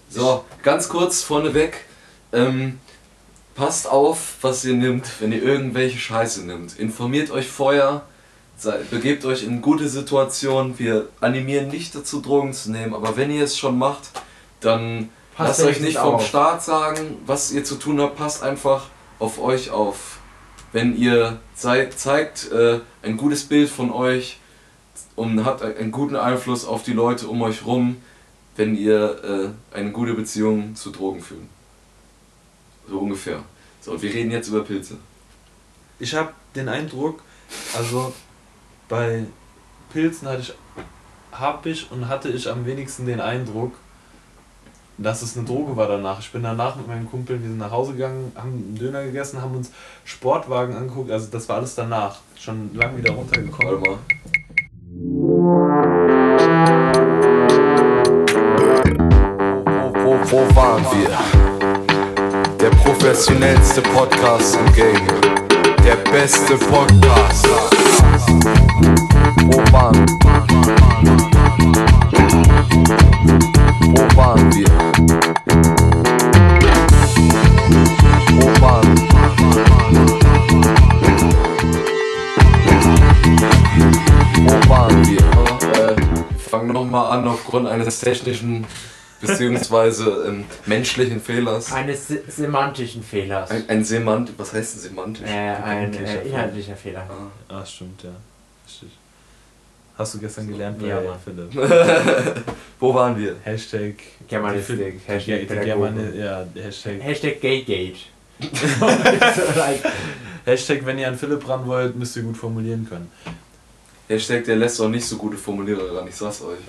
So, ganz kurz vorneweg. Passt auf, was ihr nimmt, wenn ihr irgendwelche Scheiße nimmt. Informiert euch vorher, begebt euch in gute Situationen. Wir animieren nicht dazu, Drogen zu nehmen, aber wenn ihr es schon macht, dann lasst euch nicht vom Staat sagen, was ihr zu tun habt. Passt einfach auf euch auf. Wenn ihr zeigt ein gutes Bild von euch und habt einen guten Einfluss auf die Leute um euch rum, wenn ihr eine gute Beziehung zu Drogen führt. So ungefähr. So, und wir reden jetzt über Pilze. Ich habe den Eindruck, also bei Pilzen hatte ich am wenigsten den Eindruck, dass es eine Droge war danach. Ich bin danach mit meinem Kumpel, wir sind nach Hause gegangen, haben einen Döner gegessen, haben uns Sportwagen angeguckt, also das war alles danach. Schon lang wieder runtergekommen. Warte mal. Wo waren wir? Der professionellste Podcast im Game. Der beste Podcast. Wo waren wir? Wo waren wir? Fangen wir nochmal an aufgrund eines technischen beziehungsweise menschlichen Fehlers. Eines semantischen Fehlers. Was heißt denn semantisch? Ein inhaltlicher Fehler. Ah, stimmt, ja. Richtig. Hast du gestern gelernt bei Philipp? Wo waren wir? Hashtag Germanistik. Hashtag Gaygate. Hashtag, wenn ihr an Philipp ran wollt, müsst ihr gut formulieren können. Hashtag, der lässt auch nicht so gute Formulierer ran, ich sag's euch.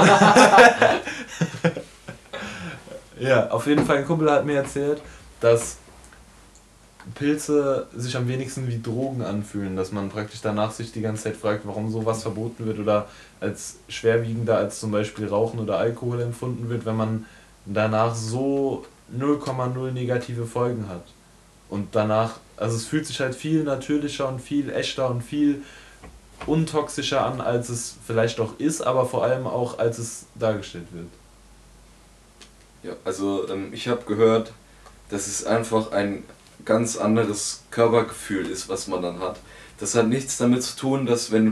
Ja, auf jeden Fall, ein Kumpel hat mir erzählt, dass Pilze sich am wenigsten wie Drogen anfühlen, dass man praktisch danach sich die ganze Zeit fragt, warum sowas verboten wird oder als schwerwiegender als zum Beispiel Rauchen oder Alkohol empfunden wird, wenn man danach so 0,0 negative Folgen hat. Und danach, also es fühlt sich halt viel natürlicher und viel echter und viel untoxischer an, als es vielleicht auch ist, aber vor allem auch, als es dargestellt wird. Ja, also ich habe gehört, dass es einfach ein ganz anderes Körpergefühl ist, was man dann hat. Das hat nichts damit zu tun, dass wenn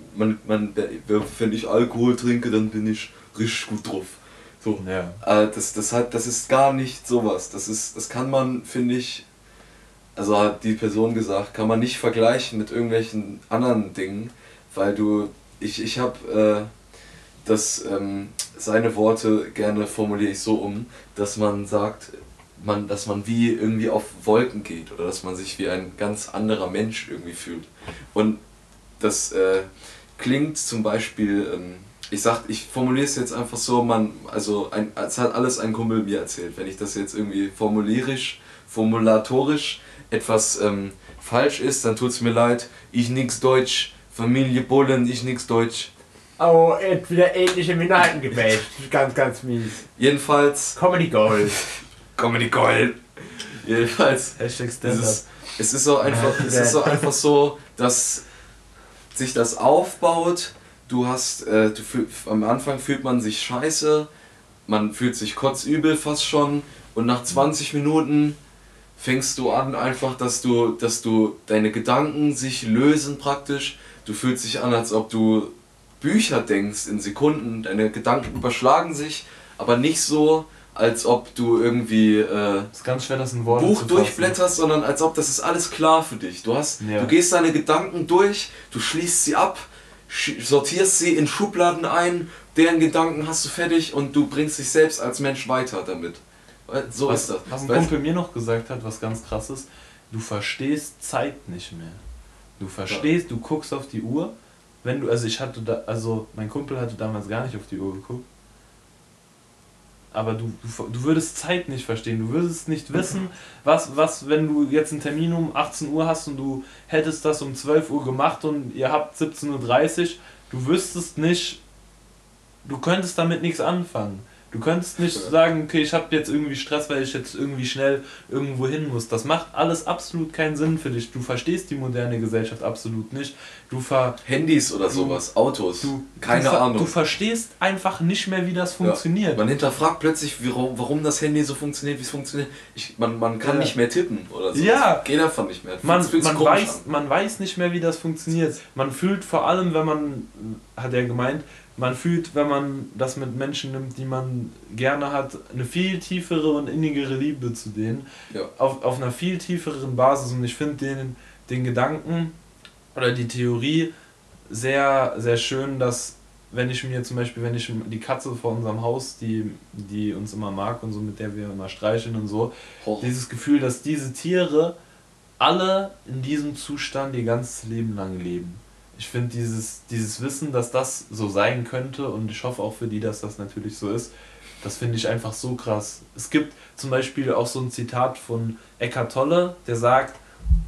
ich Alkohol trinke, dann bin ich richtig gut drauf. So. Ja. Das ist gar nicht sowas. Das kann man, finde ich, also hat die Person gesagt, kann man nicht vergleichen mit irgendwelchen anderen Dingen, weil ich habe seine Worte gerne formuliere ich so um, dass man sagt, dass man wie irgendwie auf Wolken geht oder dass man sich wie ein ganz anderer Mensch irgendwie fühlt. Und das klingt zum Beispiel, ich formuliere es jetzt einfach so, es hat alles ein Kumpel mir erzählt. Wenn ich das jetzt irgendwie formulatorisch etwas falsch ist, dann tut's mir leid. Ich nix Deutsch, Familie Bullen, ich nix Deutsch. Oh, wieder ähnliche Minderheiten gebasht. Ganz mies. Jedenfalls. Comedy Gold. Comedy Gold. Jedenfalls. Hashtag Stand-up. Es ist so einfach so, dass sich das aufbaut. Am Anfang fühlt man sich scheiße, man fühlt sich kotzübel fast schon und nach 20 Minuten fängst du an einfach, dass du deine Gedanken sich lösen praktisch. Du fühlst dich an, als ob du Bücher denkst in Sekunden, deine Gedanken überschlagen sich, aber nicht so, als ob du irgendwie ist ganz schwer, das in Worte Buch zu durchblätterst, sondern als ob das ist alles klar für dich. Du gehst deine Gedanken durch, du schließt sie ab, sortierst sie in Schubladen ein, deren Gedanken hast du fertig und du bringst dich selbst als Mensch weiter damit. So ist das. Was ein Kumpel mir noch gesagt hat, was ganz krass ist, du verstehst Zeit nicht mehr. Du guckst auf die Uhr, mein Kumpel hatte damals gar nicht auf die Uhr geguckt, aber du würdest Zeit nicht verstehen, du würdest nicht wissen, was, wenn du jetzt einen Termin um 18 Uhr hast und du hättest das um 12 Uhr gemacht und ihr habt 17.30 Uhr, du wüsstest nicht, du könntest damit nichts anfangen. Du könntest nicht sagen, okay, ich habe jetzt irgendwie Stress, weil ich jetzt irgendwie schnell irgendwo hin muss. Das macht alles absolut keinen Sinn für dich. Du verstehst die moderne Gesellschaft absolut nicht. Handys oder sowas, Autos, keine Ahnung. Du verstehst einfach nicht mehr, wie das funktioniert. Ja. Man hinterfragt plötzlich, warum das Handy so funktioniert, wie es funktioniert. Man kann nicht mehr tippen oder so. Ja. Das geht einfach nicht mehr. Man weiß nicht mehr, wie das funktioniert. Man fühlt vor allem, wenn man, hat er gemeint, man fühlt, wenn man das mit Menschen nimmt, die man gerne hat, eine viel tiefere und innigere Liebe zu denen. Ja. Auf einer viel tieferen Basis. Und ich finde den Gedanken oder die Theorie sehr, sehr schön, dass wenn ich die Katze vor unserem Haus, die uns immer mag und so, mit der wir immer streicheln und so, dieses Gefühl, dass diese Tiere alle in diesem Zustand ihr ganzes Leben lang leben. Ich finde dieses Wissen, dass das so sein könnte, und ich hoffe auch für die, dass das natürlich so ist, das finde ich einfach so krass. Es gibt zum Beispiel auch so ein Zitat von Eckhart Tolle, der sagt,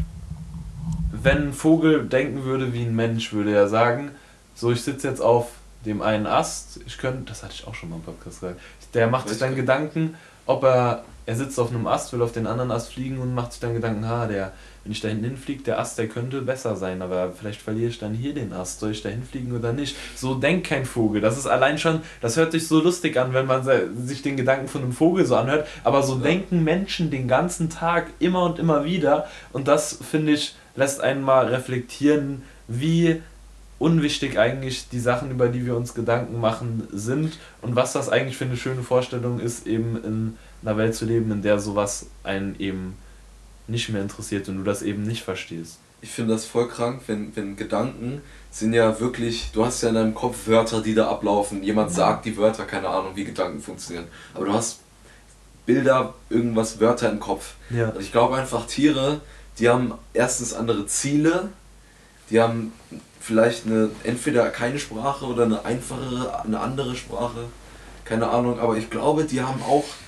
wenn ein Vogel denken würde wie ein Mensch, würde er sagen, so, ich sitze jetzt auf dem einen Ast, das hatte ich auch schon mal im Podcast gesagt, der macht sich dann Gedanken, ob er sitzt auf einem Ast, will auf den anderen Ast fliegen und macht sich dann Gedanken, wenn ich da hinten hinfliege, der Ast, der könnte besser sein, aber vielleicht verliere ich dann hier den Ast, soll ich da hinfliegen oder nicht? So denkt kein Vogel, das ist allein schon, das hört sich so lustig an, wenn man sich den Gedanken von einem Vogel so anhört, aber so denken Menschen den ganzen Tag immer und immer wieder, und das, finde ich, lässt einen mal reflektieren, wie unwichtig eigentlich die Sachen, über die wir uns Gedanken machen, sind, und was das eigentlich für eine schöne Vorstellung ist, eben in einer Welt zu leben, in der sowas einen eben nicht mehr interessiert und du das eben nicht verstehst. Ich finde das voll krank, wenn Gedanken sind ja wirklich, du hast ja in deinem Kopf Wörter, die da ablaufen, jemand sagt die Wörter, keine Ahnung, wie Gedanken funktionieren, aber du hast Bilder, irgendwas, Wörter im Kopf. Ja. Und ich glaube einfach, Tiere, die haben erstens andere Ziele, die haben vielleicht entweder keine Sprache oder eine andere Sprache, keine Ahnung, aber ich glaube, die haben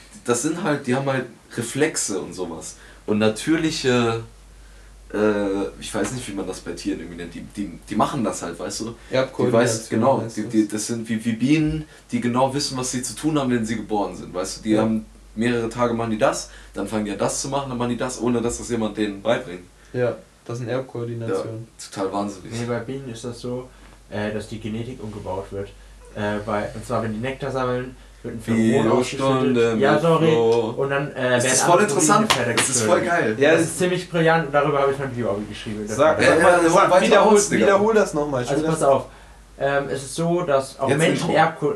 halt Reflexe und sowas. Und natürliche, ich weiß nicht, wie man das bei Tieren irgendwie nennt, die machen das halt, weißt du? Genau, das sind wie Bienen, die genau wissen, was sie zu tun haben, wenn sie geboren sind, weißt du? Die haben mehrere Tage, machen die das, dann fangen die an das zu machen, dann machen die das, ohne dass das jemand denen beibringt. Ja, das ist eine Erbkoordination. Ja, total wahnsinnig. Nee, bei Bienen ist das so, dass die Genetik umgebaut wird. Und zwar, wenn die Nektar sammeln, wird ein Pheromon ausgeschüttet. Ja, sorry. Und dann das ist voll interessant. Das ist voll geil. Ja, das ist ziemlich brillant, und darüber habe ich mein Video geschrieben. Wiederhol das nochmal. Also pass auf. Es ist so, dass auch Menschen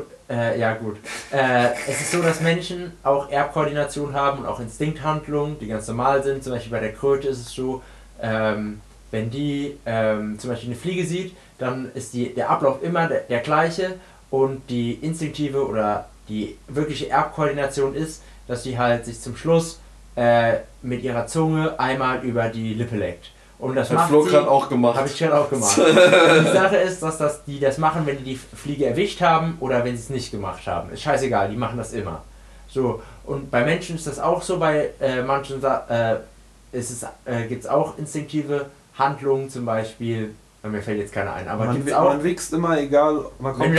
es ist so, dass Menschen auch Erbkoordination haben und auch Instinkthandlungen, die ganz normal sind. Zum Beispiel bei der Kröte ist es so, wenn die zum Beispiel eine Fliege sieht, dann ist der Ablauf immer der gleiche, und die instinktive oder die wirkliche Erbkoordination ist, dass sie halt sich zum Schluss mit ihrer Zunge einmal über die Lippe leckt. Und das hat Flo gerade auch gemacht. Habe ich gerade auch gemacht. Die Sache ist, dass die das machen, wenn die Fliege erwischt haben oder wenn sie es nicht gemacht haben. Ist scheißegal, die machen das immer. So, und bei Menschen ist das auch so, bei manchen gibt es auch instinktive Handlungen, zum Beispiel, mir fällt jetzt keiner ein, aber man wächst immer egal, man kommt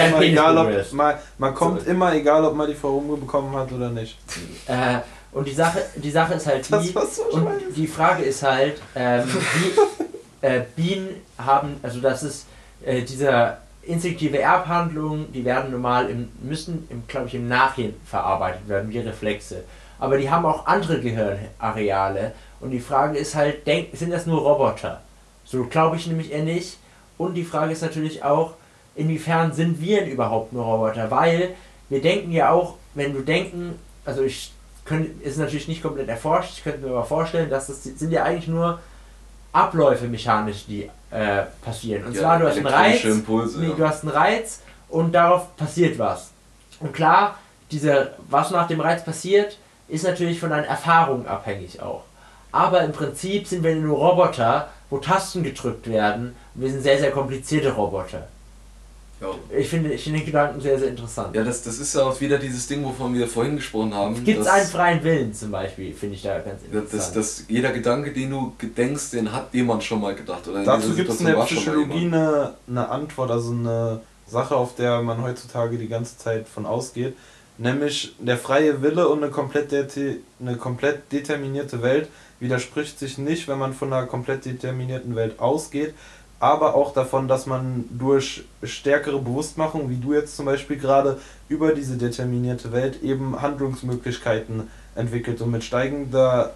immer egal, ob man die Verhungerung bekommen hat oder nicht. Und die Sache ist halt die Frage ist halt, wie Bienen haben, also das ist diese instinktive Erbhandlungen, die werden müssen im Nachhinein verarbeitet werden, wie Reflexe. Aber die haben auch andere Gehirnareale, und die Frage ist halt, sind das nur Roboter? So glaube ich nämlich eher nicht. Und die Frage ist natürlich auch, inwiefern sind wir denn überhaupt nur Roboter? Weil wir denken ja auch, wenn du denken, also ist natürlich nicht komplett erforscht, ich könnte mir aber vorstellen, dass das sind ja eigentlich nur Abläufe mechanisch, die passieren. Und zwar, du hast einen Reiz, du hast einen Reiz und darauf passiert was. Und klar, was nach dem Reiz passiert, ist natürlich von deinen Erfahrungen abhängig auch. Aber im Prinzip sind wir nur Roboter, wo Tasten gedrückt werden. Wir sind sehr, sehr komplizierte Roboter. Ja. Ich finde den Gedanken sehr, sehr interessant. Ja, das ist ja auch wieder dieses Ding, wovon wir vorhin gesprochen haben. Gibt es einen freien Willen zum Beispiel, finde ich da ganz interessant. Jeder Gedanke, den du denkst, den hat jemand schon mal gedacht. Oder dazu gibt es in der Psychologie eine Antwort, also eine Sache, auf der man heutzutage die ganze Zeit von ausgeht. nämlich der freie Wille und eine komplett determinierte Welt widerspricht sich nicht, wenn man von einer komplett determinierten Welt ausgeht, aber auch davon, dass man durch stärkere Bewusstmachung, wie du jetzt zum Beispiel gerade, über diese determinierte Welt eben Handlungsmöglichkeiten entwickelt und mit steigender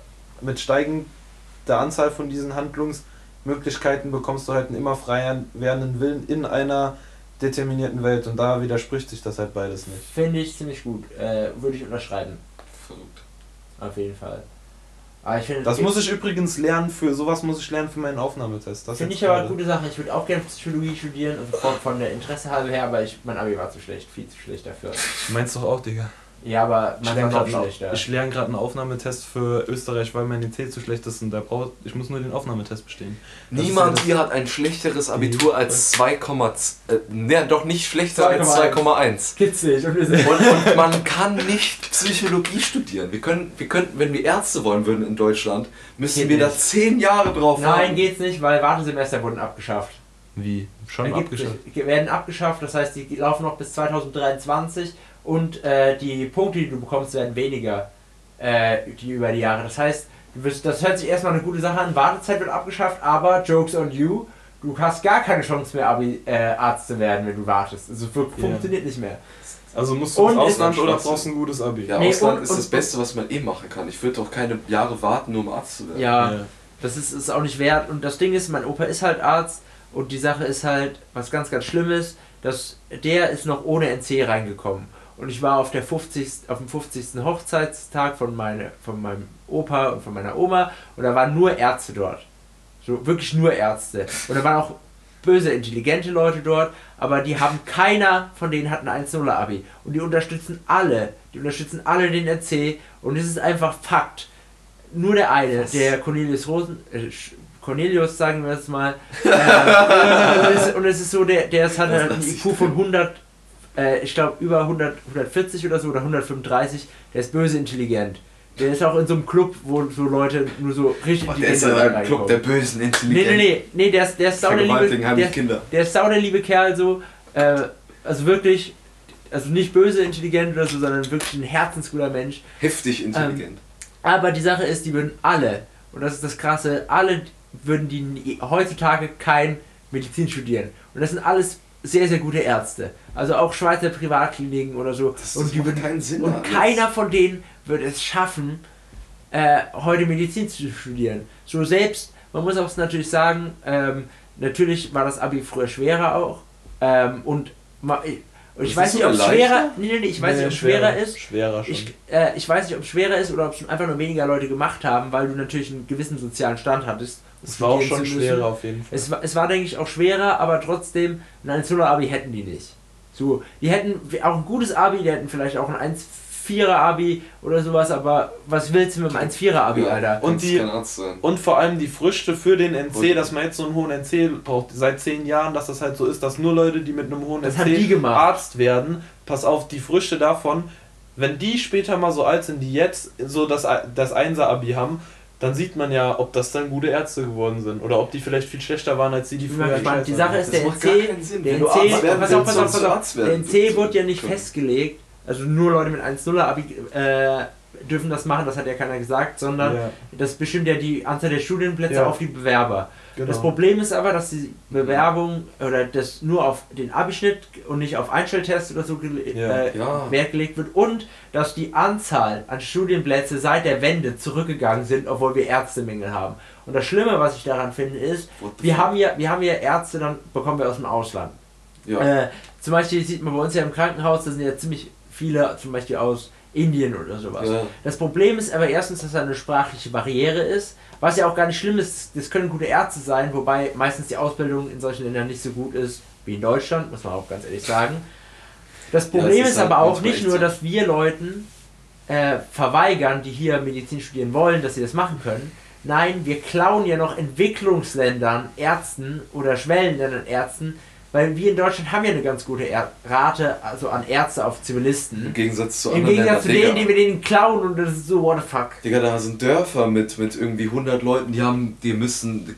Anzahl von diesen Handlungsmöglichkeiten bekommst du halt einen immer freier werdenden Willen in einer determinierten Welt und da widerspricht sich das halt beides nicht. Finde ich ziemlich gut. Würde ich unterschreiben. Verrückt. Auf jeden Fall. Aber ich finde, Das muss ich übrigens lernen, sowas muss ich lernen für meinen Aufnahmetest. Das finde jetzt ich aber eine gerade. gute Sache. Ich würde auch gerne Psychologie studieren, also von der Interesse halber her, aber mein Abi war zu schlecht, viel zu schlecht dafür. Du meinst doch auch, Digga. Ja, aber man war noch schlechter. Ich lerne gerade einen Aufnahmetest für Österreich, weil mein EC zu schlecht ist und ich muss nur den Aufnahmetest bestehen. Niemand hier hat ein schlechteres Abitur als 2, doch nicht schlechter als 2,1. Kitzig. Und Man kann nicht Psychologie studieren. Wir könnten, wenn wir Ärzte wollen würden in Deutschland, müssen Geht wir da nicht. 10 Jahre drauf haben. Nein, geht's nicht, weil Wartesemester wurden abgeschafft. Wie? Schon abgeschafft? Die werden abgeschafft, das heißt, die laufen noch bis 2023 und die Punkte, die du bekommst, werden weniger die über die Jahre. Das heißt, das hört sich erstmal eine gute Sache an, Wartezeit wird abgeschafft, aber Jokes on you, du hast gar keine Chance mehr, Arzt zu werden, wenn du wartest. Also funktioniert nicht mehr. Also musst du ins Und Ausland ist- oder brauchst du ein gutes Abi? Ja, Nee, Ausland und- ist das Beste, was man machen kann. Ich würde doch keine Jahre warten, nur um Arzt zu werden. Ja, das ist auch nicht wert. Und das Ding ist, mein Opa ist halt Arzt und die Sache ist halt, was ganz, ganz schlimm ist, dass der ist noch ohne NC reingekommen. Und ich war auf dem 50. Hochzeitstag von meinem Opa und von meiner Oma und da waren nur Ärzte dort. So, wirklich nur Ärzte. Und da waren auch böse, intelligente Leute dort, aber keiner von denen hat ein 1-0er Abi. Und die unterstützen alle den NC und es ist einfach Fakt. Nur der eine, der Cornelius, sagen wir es mal, und es ist so, der hat halt einen IQ von 100, ich glaube über 140 oder so, oder 135, der ist böse intelligent. Der ist auch in so einem Club, wo so Leute nur so richtig Der ist ja im Club der bösen Intelligenz. Nee, der ist sau der Vergewaltigen heimlich liebe, Kinder. der ist sau der liebe Kerl so, also wirklich, also nicht böse intelligent oder so, sondern wirklich ein herzensguter Mensch. Heftig intelligent. Aber die Sache ist, die würden alle, und das ist das Krasse, alle würden die heutzutage kein Medizin studieren. Und das sind alles sehr, sehr gute Ärzte. Also auch Schweizer Privatkliniken oder so. Und die würden keinen Sinn. und alles. keiner von denen würde es schaffen, heute Medizin zu studieren. So selbst, man muss auch natürlich sagen, natürlich war das Abi früher schwerer auch. Und ich weiß nicht, ob es schwerer, ich weiß nicht, ob es schwerer ist. Schwerer schon. Ich weiß nicht, ob es schwerer ist oder ob es einfach nur weniger Leute gemacht haben, weil du natürlich einen gewissen sozialen Stand hattest. Es war auch schon schwerer auf jeden Fall. Es war, denke ich, auch schwerer, aber trotzdem, ein 1-0er-Abi hätten die nicht. So, die hätten auch ein gutes Abi, die hätten vielleicht auch ein 1-4er-Abi oder sowas, aber was willst du mit einem 1-4er-Abi, Alter? Und und vor allem die Früchte für den NC, dass man jetzt so einen hohen NC braucht, seit 10 Jahren, dass das halt so ist, dass nur Leute, die mit einem hohen Das haben die NC gemacht. Arzt werden, pass auf, die Früchte davon, wenn die später mal so alt sind, die jetzt so das 1er-Abi haben, dann sieht man ja, ob das dann gute Ärzte geworden sind oder ob die vielleicht viel schlechter waren als die früher. Spannend. Die Sache ist, der macht gar NC, keinen Sinn. der Wenn du NC, Arzt werden pass auf, willst, sollst du Arzt der werden. NC wurde ja nicht festgelegt, also nur Leute mit 1-0er-Abi dürfen das machen, das hat ja keiner gesagt, sondern das bestimmt ja die Anzahl der Studienplätze auf die Bewerber. Genau. Das Problem ist aber, dass die Bewerbung oder das nur auf den Abischnitt und nicht auf Einstelltests oder so Wert gelegt wird und dass die Anzahl an Studienplätze seit der Wende zurückgegangen sind, obwohl wir Ärztemängel haben. Und das Schlimme, was ich daran finde, ist, wir haben ja Ärzte, dann bekommen wir aus dem Ausland. Ja. Zum Beispiel sieht man bei uns ja im Krankenhaus, da sind ja ziemlich viele, zum Beispiel aus Indien oder sowas. Ja. Das Problem ist aber erstens, dass da eine sprachliche Barriere ist, was ja auch gar nicht schlimm ist, das können gute Ärzte sein, wobei meistens die Ausbildung in solchen Ländern nicht so gut ist wie in Deutschland, muss man auch ganz ehrlich sagen. Das Problem ist halt aber auch manchmal nicht echt nur, so. dass wir Leuten verweigern, die hier Medizin studieren wollen, dass sie das machen können. Nein, wir klauen ja noch Entwicklungsländern, Ärzten oder Schwellenländern Ärzten, weil wir in Deutschland haben ja eine ganz gute Rate also an Ärzte auf Zivilisten. Im Gegensatz zu Im anderen Gegensatz zu Ländern, denen, die wir denen klauen und das ist so, what the fuck. Digga, da sind Dörfer mit irgendwie 100 Leuten, die müssen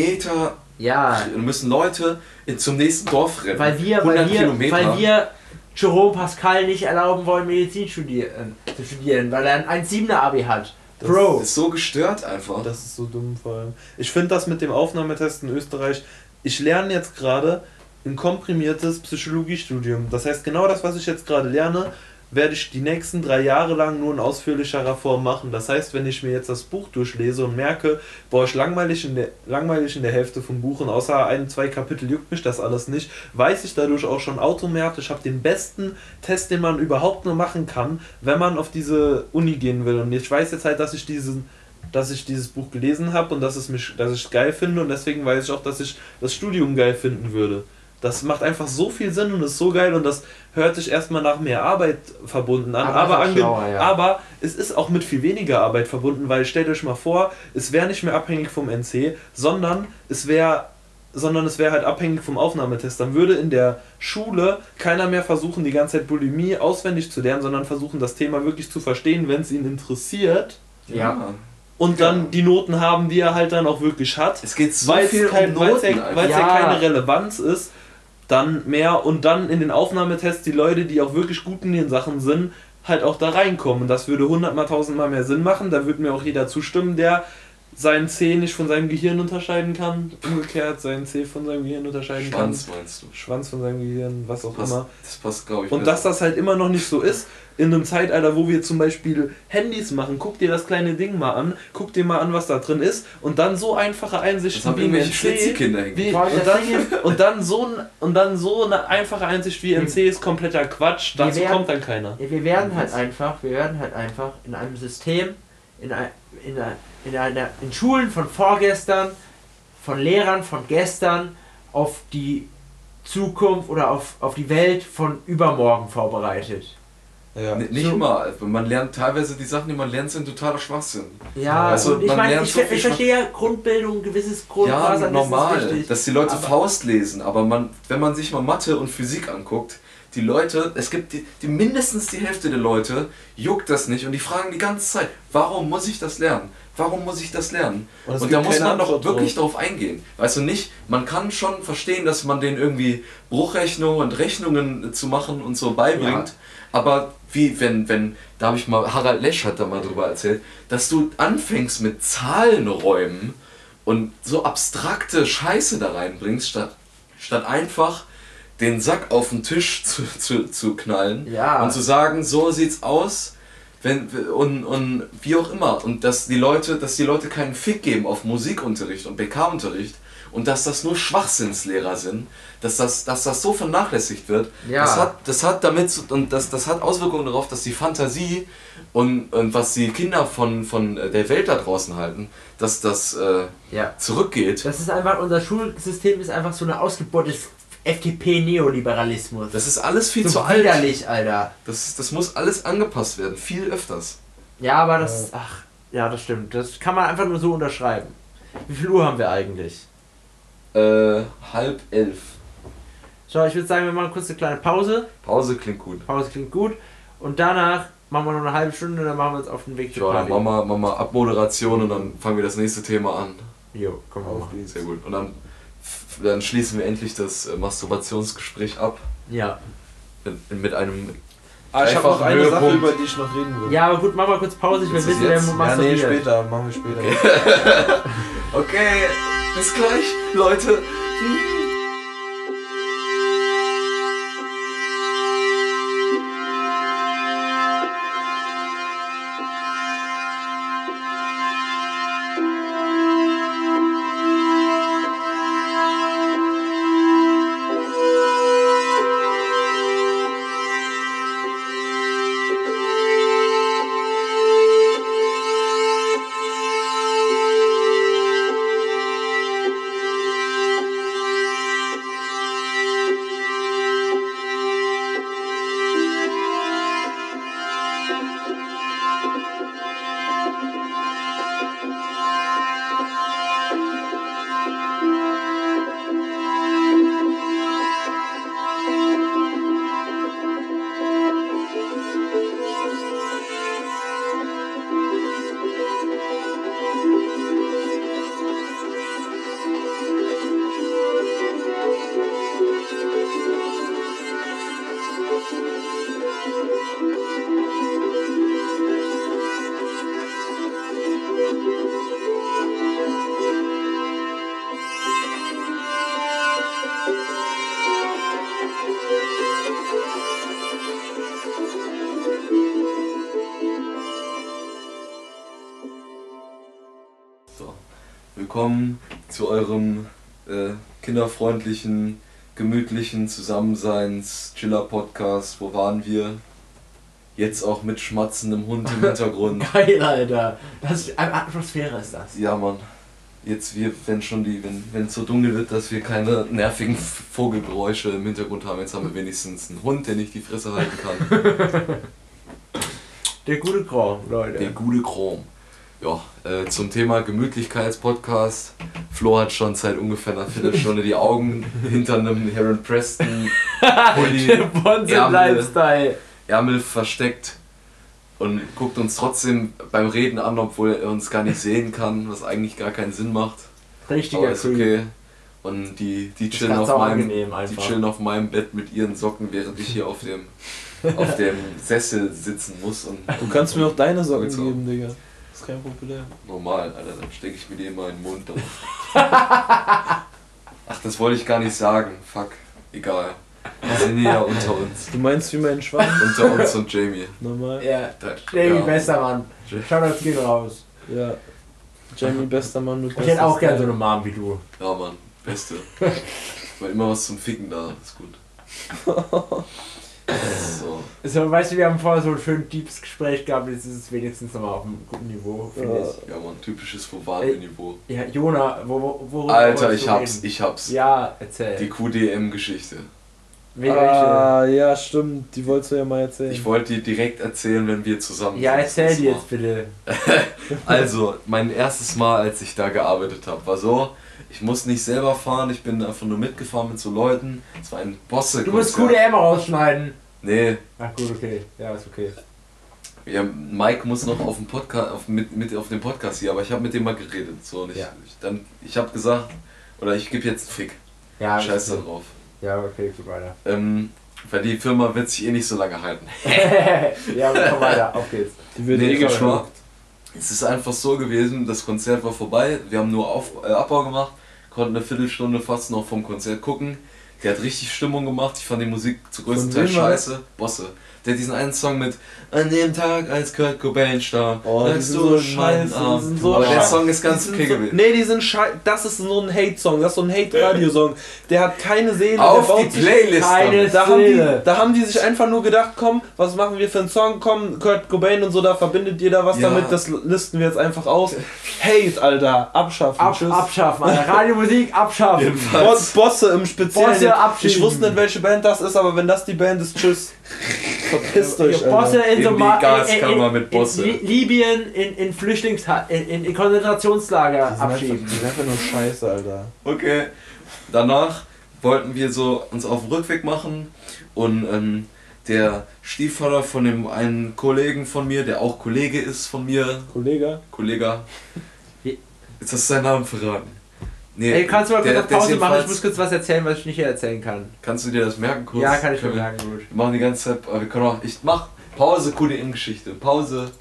Kilometer, Ja, müssen Leute zum nächsten Dorf rennen. weil wir Jerome Pascal nicht erlauben wollen, Medizin zu studieren, weil er ein 1,7er Abi hat. Bro. Das ist so gestört einfach. Das ist so dumm vor allem. Ich finde das mit dem Aufnahmetest in Österreich, ich lerne jetzt gerade ein komprimiertes Psychologiestudium. Das heißt, genau das, was ich jetzt gerade lerne, werde ich die nächsten 3 Jahre lang nur in ausführlicherer Form machen. Das heißt, wenn ich mir jetzt das Buch durchlese und merke, boah, ich langweilig in der Hälfte vom Buch und außer 1, 2 Kapitel juckt mich das alles nicht, weiß ich dadurch auch schon automatisch, ich habe den besten Test, den man überhaupt nur machen kann, wenn man auf diese Uni gehen will. Und ich weiß jetzt halt, dass ich dieses Buch gelesen habe und dass ich es geil finde und deswegen weiß ich auch, dass ich das Studium geil finden würde. Das macht einfach so viel Sinn und ist so geil und das hört sich erstmal nach mehr Arbeit verbunden an. Aber es ist auch mit viel weniger Arbeit verbunden, weil stellt euch mal vor, es wäre nicht mehr abhängig vom NC, sondern es wäre halt abhängig vom Aufnahmetest. Dann würde in der Schule keiner mehr versuchen, die ganze Zeit Bulimie auswendig zu lernen, sondern versuchen, das Thema wirklich zu verstehen, wenn es ihn interessiert. Ja. Und dann die Noten haben, die er halt dann auch wirklich hat. Es geht so viel um Noten, weil es ja keine Relevanz ist. Dann mehr und dann in den Aufnahmetests die Leute, die auch wirklich gut in den Sachen sind, halt auch da reinkommen. Das würde 100-mal, 1000-mal mehr Sinn machen. Da würde mir auch jeder zustimmen, der seinen C nicht von seinem Gehirn unterscheiden kann. Umgekehrt seinen C von seinem Gehirn unterscheiden kann. Schwanz meinst du? Schwanz von seinem Gehirn, was auch immer. Das passt, glaube ich. Und dass das halt immer noch nicht so ist, in einem Zeitalter, wo wir zum Beispiel Handys machen, guck dir das kleine Ding mal an, guck dir mal an, was da drin ist und dann so einfache Einsichten wie NC und dann so eine einfache Einsicht wie NC ist kompletter Quatsch, dazu kommt dann keiner. Wir werden halt einfach in einem System, in Schulen von vorgestern, von Lehrern von gestern auf die Zukunft oder auf die Welt von übermorgen vorbereitet. Ja. Nicht immer. Man lernt teilweise die Sachen, die man lernt, sind totaler Schwachsinn. Ja, also und ich verstehe ja Grundbildung, gewisses Grundmaß an normal, ist wichtig, dass die Leute Faust lesen, aber wenn man sich mal Mathe und Physik anguckt, die Leute, es gibt die mindestens die Hälfte der Leute juckt das nicht und die fragen die ganze Zeit, warum muss ich das lernen? Warum muss ich das lernen? Und da muss man doch wirklich drauf eingehen. Weißt du nicht, man kann schon verstehen, dass man denen irgendwie Bruchrechnungen und Rechnungen zu machen und so beibringt, ja. Aber da habe ich mal, Harald Lesch hat da mal drüber erzählt, dass du anfängst mit Zahlenräumen und so abstrakte Scheiße da reinbringst, statt einfach den Sack auf den Tisch zu knallen, ja. Und zu sagen, so sieht's aus, und wie auch immer. Und dass die Leute keinen Fick geben auf Musikunterricht und BK-Unterricht und dass das nur Schwachsinnslehrer sind, dass das so vernachlässigt wird, ja. Das hat Auswirkungen darauf, dass die Fantasie und was die Kinder von der Welt da draußen halten, dass das zurückgeht. Das ist einfach, unser Schulsystem ist einfach so eine Ausgeburt des FDP-Neoliberalismus. Das ist alles viel zu alt. Alter. Das muss alles angepasst werden, viel öfters. Ja, aber das stimmt. Das kann man einfach nur so unterschreiben. Wie viel Uhr haben wir eigentlich? 10:30. So, ich würde sagen, wir machen kurz eine kleine Pause. Pause klingt gut. Und danach machen wir noch eine halbe Stunde und dann machen wir uns auf den Weg zur Party. Dann machen wir Abmoderation und dann fangen wir das nächste Thema an. Jo, komm auf. Sehr gut. Und dann schließen wir endlich das Masturbationsgespräch ab. Ja. Mit einem ich habe noch eine Sache, über die ich noch reden will. Ja, aber gut, machen wir kurz Pause. Ich will wissen, wer masturbiert. Später. Machen wir später. Okay, bis gleich, Leute. Willkommen zu eurem kinderfreundlichen, gemütlichen Zusammenseins-Chiller-Podcast. Wo waren wir? Jetzt auch mit schmatzendem Hund im Hintergrund. Geil, Alter. Das ist eine Atmosphäre ist das. Ja, Mann. Jetzt wenn es so dunkel wird, dass wir keine nervigen Vogelgeräusche im Hintergrund haben, jetzt haben wir wenigstens einen Hund, der nicht die Fresse halten kann. Der gute Kram, Leute. Der gute Kram. Ja, zum Thema Gemütlichkeitspodcast. Flo hat schon seit ungefähr einer Viertelstunde die Augen hinter einem Heron Preston Pulli Ärmel versteckt und guckt uns trotzdem beim Reden an, obwohl er uns gar nicht sehen kann, was eigentlich gar keinen Sinn macht. Richtiger Aber ist okay. Und die chillen auf meinem Bett mit ihren Socken, während ich hier auf dem Sessel sitzen muss. Und du kannst mir auch deine Socken geben, Digga. Das ist kein Problem. Normal, Alter, dann stecke ich mir die immer in den Mund. Ach, das wollte ich gar nicht sagen. Fuck, egal. Wir sind hier ja unter uns. Du meinst wie mein Schwanz? Unter uns und Jamie. Normal? Ja, Jamie, bester Mann. Shoutouts gehen raus. Ja. Jamie, bester Mann. Ich hätte auch gerne so eine Mom wie du. Ja, Mann, beste. Weil immer was zum Ficken da, ist gut. So, weißt du, wir haben vorher so ein schön deepes Gespräch gehabt, jetzt ist es wenigstens nochmal auf einem guten Niveau, finde ich. Ja, Mann, typisches Niveau. Ja, Jona, wo Alter, ich hab's. Ja, erzähl. Die QDM-Geschichte. Ja, stimmt, die wolltest du ja mal erzählen. Ich wollte die direkt erzählen, wenn wir zusammen sind. Ja, erzähl die jetzt bitte. Also, mein erstes Mal, als ich da gearbeitet habe, war so, ich musste nicht selber fahren, ich bin einfach nur mitgefahren mit so Leuten. Es war ein Bosse-Konzert. Du musst QDM rausschneiden. Nee. Ach gut, okay. Ja, ist okay. Ja, Mike muss noch auf dem Podcast, mit auf dem Podcast hier, aber ich habe mit dem mal geredet. So, und ich habe gesagt, oder ich gebe jetzt einen Fick. Ja, Scheiß da drauf. Ja, okay, gut weiter. Weil die Firma wird sich eh nicht so lange halten. Ja, komm weiter, auf geht's. Die wird eh geschluckt. Es ist einfach so gewesen, das Konzert war vorbei, wir haben nur Abbau gemacht, konnten eine Viertelstunde fast noch vom Konzert gucken. Der hat richtig Stimmung gemacht, ich fand die Musik zu größten Teil scheiße. Bosse. Der hat diesen einen Song mit An dem Tag, als Kurt Cobain starb. Oh, die sind so scheiße. Aber der Song ist ganz okay gewesen. Nee, die sind scheiße. Das ist so ein Hate-Song, das ist so ein Hate-Radio-Song. Der hat keine Seele. Auf die Playlist. Da haben die sich einfach nur gedacht, komm, was machen wir für einen Song? Komm, Kurt Cobain und so, da verbindet jeder was damit, das listen wir jetzt einfach aus. Hate, Alter, abschaffen. Tschüss. Abschaffen, Alter. Radiomusik abschaffen. Bosse im Speziellen. Bosse abschieben. Ich wusste nicht, welche Band das ist, aber wenn das die Band ist, tschüss. Verpisst euch, Bosse in so Gaskammer mit Bosse. In Libyen in in Konzentrationslager abschieben. Die sind einfach nur scheiße, Alter. Okay. Danach wollten wir so uns auf den Rückweg machen und der Stiefvater von dem einen Kollegen von mir, der auch Kollege ist von mir. Kollege. Jetzt hast du seinen Namen verraten. Nee, ey, kannst du mal kurz auf Pause machen? Ich muss kurz was erzählen, was ich nicht erzählen kann. Kannst du dir das merken kurz? Ja, kann ich mir merken, gut. Wir machen die ganze Zeit, aber wir können auch, ich mach Pause, QDM-Geschichte. Pause.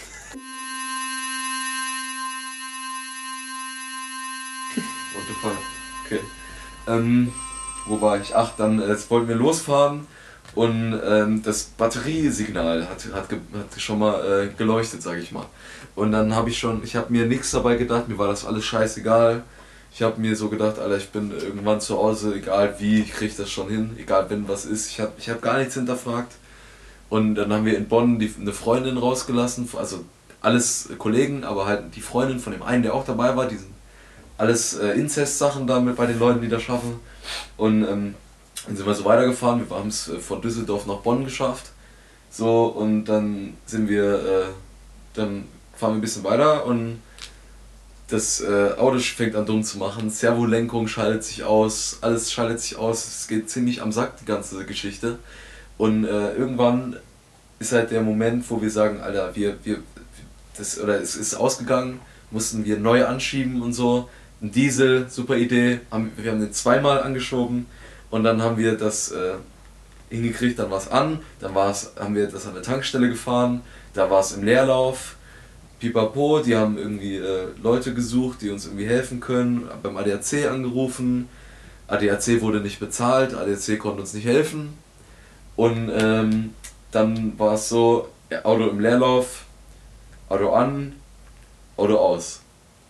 What the fuck? Okay. Wo war ich? Ach, dann jetzt wollten wir losfahren und das Batteriesignal hat schon mal geleuchtet, sag ich mal. Und dann habe ich mir nichts dabei gedacht, mir war das alles scheißegal. Ich habe mir so gedacht, Alter, ich bin irgendwann zu Hause, egal wie, ich krieg das schon hin, egal wenn was ist. Ich hab gar nichts hinterfragt. Und dann haben wir in Bonn eine Freundin rausgelassen, also alles Kollegen, aber halt die Freundin von dem einen, der auch dabei war, die sind alles Inzest-Sachen da mit bei den Leuten, die das schaffen. Und dann sind wir so weitergefahren, wir haben es von Düsseldorf nach Bonn geschafft. So, und dann dann fahren wir ein bisschen weiter und das Auto fängt an dumm zu machen, Servolenkung schaltet sich aus, alles schaltet sich aus, es geht ziemlich am Sack, die ganze Geschichte. Und irgendwann ist halt der Moment, wo wir sagen, Alter, es ist ausgegangen, mussten wir neu anschieben und so. Ein Diesel, super Idee, wir haben den zweimal angeschoben und dann haben wir das hingekriegt, dann war es an, haben wir das an der Tankstelle gefahren, da war es im Leerlauf. Pipapo, die haben irgendwie Leute gesucht, die uns irgendwie helfen können, beim ADAC angerufen, ADAC wurde nicht bezahlt, ADAC konnte uns nicht helfen und dann war es so, Auto im Leerlauf, Auto an, Auto aus.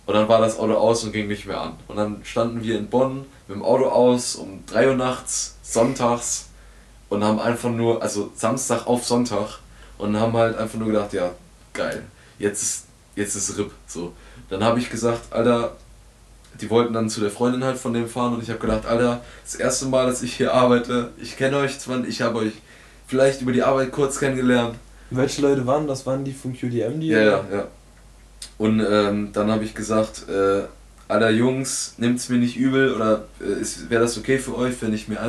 Und dann war das Auto aus und ging nicht mehr an. Und dann standen wir in Bonn mit dem Auto aus um 3 Uhr nachts, sonntags, und haben einfach nur, also Samstag auf Sonntag, und haben halt einfach nur gedacht, ja, geil, jetzt ist RIP. So. Dann habe ich gesagt, Alter, die wollten dann zu der Freundin halt von dem fahren, und ich habe gedacht, Alter, das erste Mal, dass ich hier arbeite, ich kenne euch zwar, ich habe euch vielleicht über die Arbeit kurz kennengelernt. Welche Leute waren das? Waren die von QDM? Ja. Und dann habe ich gesagt, Alter Jungs, nimmt's mir nicht übel, oder wäre das okay für euch, wenn ich